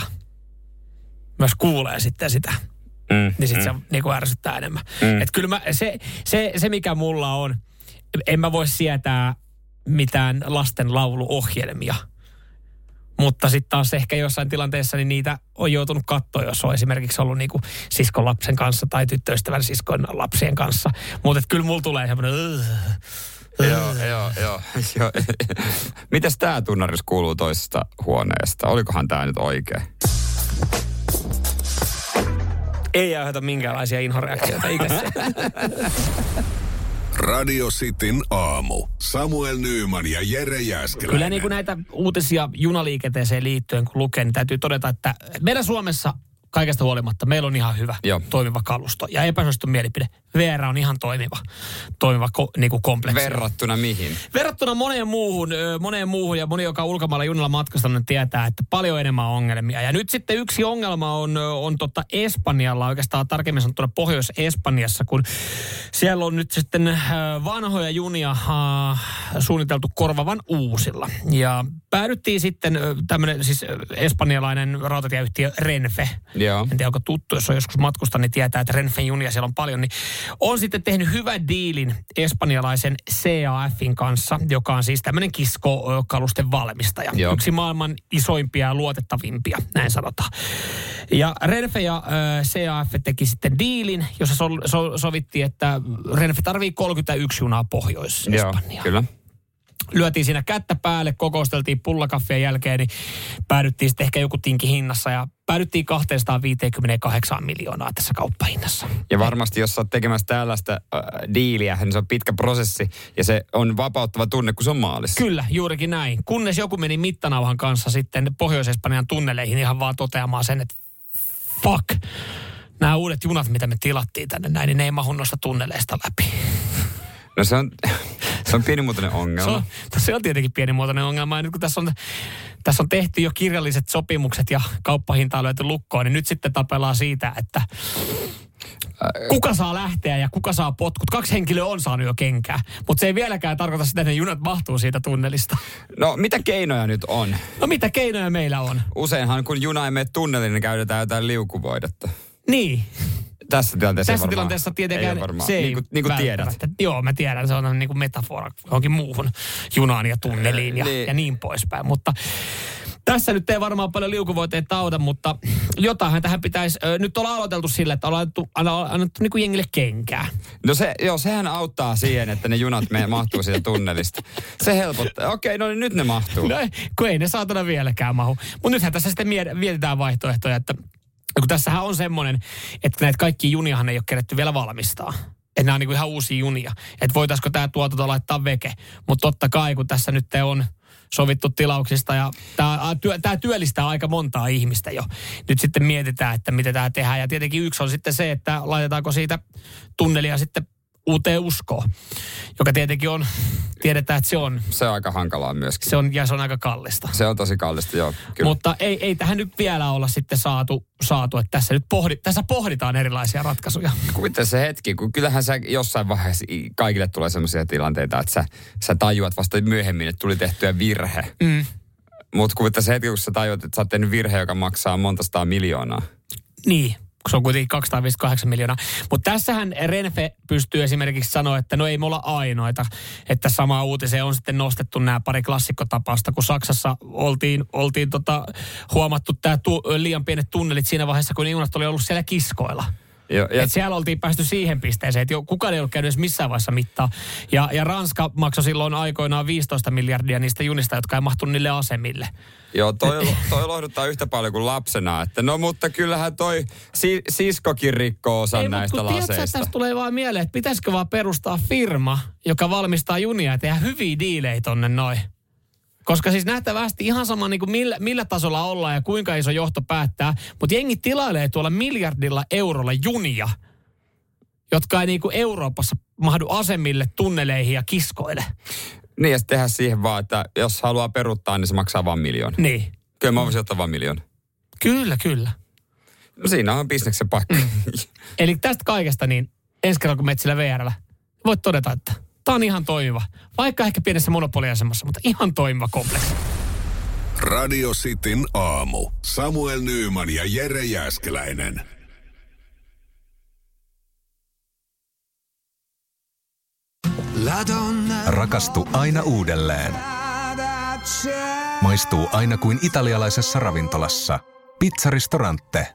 myös kuulee sitten sitä, mm, niin sitten mm. se niinku ärsyttää enemmän. Mm. Että kyllä mä, se, se, se, mikä mulla on, en mä voi sietää mitään lasten lauluohjelmia. Mutta sitten taas ehkä jossain tilanteessa niin niitä on joutunut katsoa, jos on esimerkiksi ollut niinku siskon lapsen kanssa tai tyttöystävän siskon lapsien kanssa. Mutta kyllä mulla tulee semmoinen... Joo, joo, joo. Jo. Mites tää tunnaris kuuluu toisesta huoneesta? Olikohan tää nyt oikein? Ei aiheuta minkäänlaisia inhoreaktioita ikässä. Radio Cityn aamu. Samuel Nyyman ja Jere Jääskeläinen. Kyllä niin kuin näitä uutisia junaliikenteeseen liittyen, kun lukee, niin täytyy todeta, että meidän Suomessa kaikesta huolimatta meillä on ihan hyvä, Joo. toimiva kalusto. Ja epäsuosittu mielipide. V R on ihan toimiva, toimiva ko, niin kuin kompleksi. Verrattuna mihin? Verrattuna moneen muuhun, moneen muuhun ja moni, joka on ulkomailla junalla matkastanut, tietää, että paljon enemmän ongelmia. Ja nyt sitten yksi ongelma on, on totta Espanjalla, oikeastaan tarkemmin sanottuna Pohjois-Espanjassa, kun siellä on nyt sitten vanhoja junia suunniteltu korvavan uusilla. Ja päädyttiin sitten tämmöinen siis espanjalainen rautatieyhtiö Renfe. Joo. En tiedä, onko tuttu, jos on joskus matkustanut, niin tietää, että Renfen junia siellä on paljon, niin on sitten tehnyt hyvän diilin espanjalaisen C A F:in kanssa, joka on siis tämmöinen kiskokalusten valmistaja. Joo. Yksi maailman isoimpia ja luotettavimpia, näin sanotaan. Ja Renfe ja äh, C A F teki sitten diilin, jossa so, so, sovittiin, että Renfe tarvii kolmekymmentäyksi junaa Pohjois-Espanjaa. Kyllä. Lyötiin siinä kättä päälle, kokousteltiin pullakaffien jälkeen, niin päädyttiin sitten ehkä joku tinki hinnassa ja päädyttiin kaksisataaviisikymmentäkahdeksan miljoonaa tässä kauppahinnassa. Ja varmasti, jos sä oot tekemässä tällaista äh, diiliä, niin se on pitkä prosessi ja se on vapauttava tunne, kun se on maalissa. Kyllä, juurikin näin. Kunnes joku meni mittanauhan kanssa sitten Pohjois-Espanjan tunneleihin ihan vaan toteamaan sen, että fuck, nämä uudet junat, mitä me tilattiin tänne näin, niin ne ei mahu noista tunneleista läpi. No se on, se on pienimuotoinen ongelma. Se on, se on tietenkin pienimuotoinen ongelma. Ja nyt kun tässä on, tässä on tehty jo kirjalliset sopimukset ja kauppahinta on löyty lukkoon, niin nyt sitten tapellaan siitä, että kuka saa lähteä ja kuka saa potkut. Kaksi henkilöä on saanut jo kenkää, mutta se ei vieläkään tarkoita sitä, että ne junat mahtuu siitä tunnelista. No mitä keinoja nyt on? No mitä keinoja meillä on? Useinhan kun juna ei mene tunneliin, niin käytetään jotain liukuvoidetta. Niin. Tässä tilanteessa Tässä tilanteessa tietenkään ei se ei niin kuin, niin kuin tiedät. Joo, mä tiedän. Se on niin kuin metafora johonkin muuhun junaan ja tunneliin ja niin, ja niin poispäin. Mutta tässä nyt ei varmaan paljon liukuvoiteita auta, mutta jotain tähän pitäisi. Nyt ollaan aloiteltu sillä, että ollaan annettu, annettu niin kuin jengille kenkää. No se, joo, sehän auttaa siihen, että ne junat me mahtuu siitä tunnelista. Se helpottaa. Okei, no niin nyt ne mahtuu. No, kun ei ne saatana vieläkään mahu. Mutta nythän tässä sitten mietitään vaihtoehtoja, että kun tässähän on semmoinen, että näitä kaikki juniahan ei ole keretty vielä valmistaa. Että nämä on niin kuin ihan uusia junia. Että voitaisiko tämä tuotanto laittaa veke. Mutta totta kai, kun tässä nyt on sovittu tilauksista ja tämä, työ, tämä työllistää aika montaa ihmistä jo. Nyt sitten mietitään, että mitä tämä tehdään. Ja tietenkin yksi on sitten se, että laitetaanko siitä tunnelia sitten uuteen uskoon, joka tietenkin on, tiedetään, että se on. Se on aika hankalaa myöskin. Se on, ja se on aika kallista. Se on tosi kallista, joo. Kyllä. Mutta ei, ei tähän nyt vielä olla sitten saatu, saatu että tässä nyt pohdi, tässä pohditaan erilaisia ratkaisuja. Kuvittele se hetki, kun kyllähän sä jossain vaiheessa kaikille tulee sellaisia tilanteita, että sä, sä tajuat vasta myöhemmin, että tuli tehtyä virhe. Mm. Mutta kuvittele se hetki, kun sä tajuat, että sä oot tehnyt virhe, joka maksaa monta sataa miljoonaa. Niin. Kun se on kuitenkin kaksisataaviisikymmentäkahdeksan miljoonaa. Mutta tässähän Renfe pystyy esimerkiksi sanoa, että no ei me olla ainoita. Että samaa uutiseen on sitten nostettu nämä pari klassikkotapausta, kun Saksassa oltiin, oltiin tota, huomattu tämä tu, liian pienet tunnelit siinä vaiheessa, kun junat oli ollut siellä kiskoilla. Jo, ja... Et siellä oltiin päästy siihen pisteeseen, että kukaan ei ollut käynyt edes missään vaiheessa mittaa. Ja, ja Ranska maksoi silloin aikoinaan viisitoista miljardia niistä junista, jotka ei mahtunut niille asemille. Joo, toi, toi lohduttaa yhtä paljon kuin lapsena. Että no mutta kyllähän toi si, siskokin rikkoo osan ei, näistä laseista. Ei, mutta tästä tulee vaan mieleen, että pitäisikö vaan perustaa firma, joka valmistaa junia ja tehdä hyviä diilejä tonne noin. Koska siis nähtävästi ihan sama niin kuin millä, millä tasolla ollaan ja kuinka iso johto päättää, mutta jengi tilailee tuolla miljardilla eurolla junia, jotka ei niin kuin Euroopassa mahdu asemille, tunneleihin ja kiskoille. Niin ja sitten tehdä siihen vaan, että jos haluaa peruuttaa, niin se maksaa vain miljoona. Niin. Kyllä mä voisin ottaa vain miljoona. Kyllä, kyllä. No siinä on bisneksen paikka. Mm. Eli tästä kaikesta niin ensi kerralla kun menet sillä V R:llä, voit todeta, että tämä on ihan toimiva. Vaikka ehkä pienessä monopoliasemassa, mutta ihan toimiva kompleksi. Radio Cityn aamu. Samuel Nyyman ja Jere Jääskeläinen. Rakastu aina uudelleen. Maistuu aina kuin italialaisessa ravintolassa. Pizzaristorante.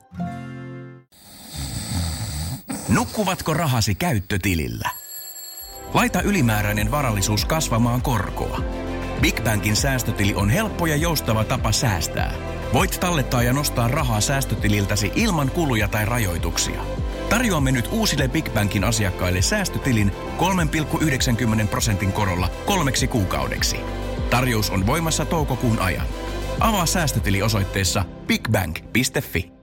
Nukkuvatko rahasi käyttötilillä? Laita ylimääräinen varallisuus kasvamaan korkoa. Big Bankin säästötili on helppo ja joustava tapa säästää. Voit tallettaa ja nostaa rahaa säästötililtäsi ilman kuluja tai rajoituksia. Tarjoamme nyt uusille Big Bankin asiakkaille säästötilin kolme pilkku yhdeksänkymmentä prosentin korolla kolmeksi kuukaudeksi. Tarjous on voimassa toukokuun ajan. Avaa säästötili osoitteessa bigbank piste fi.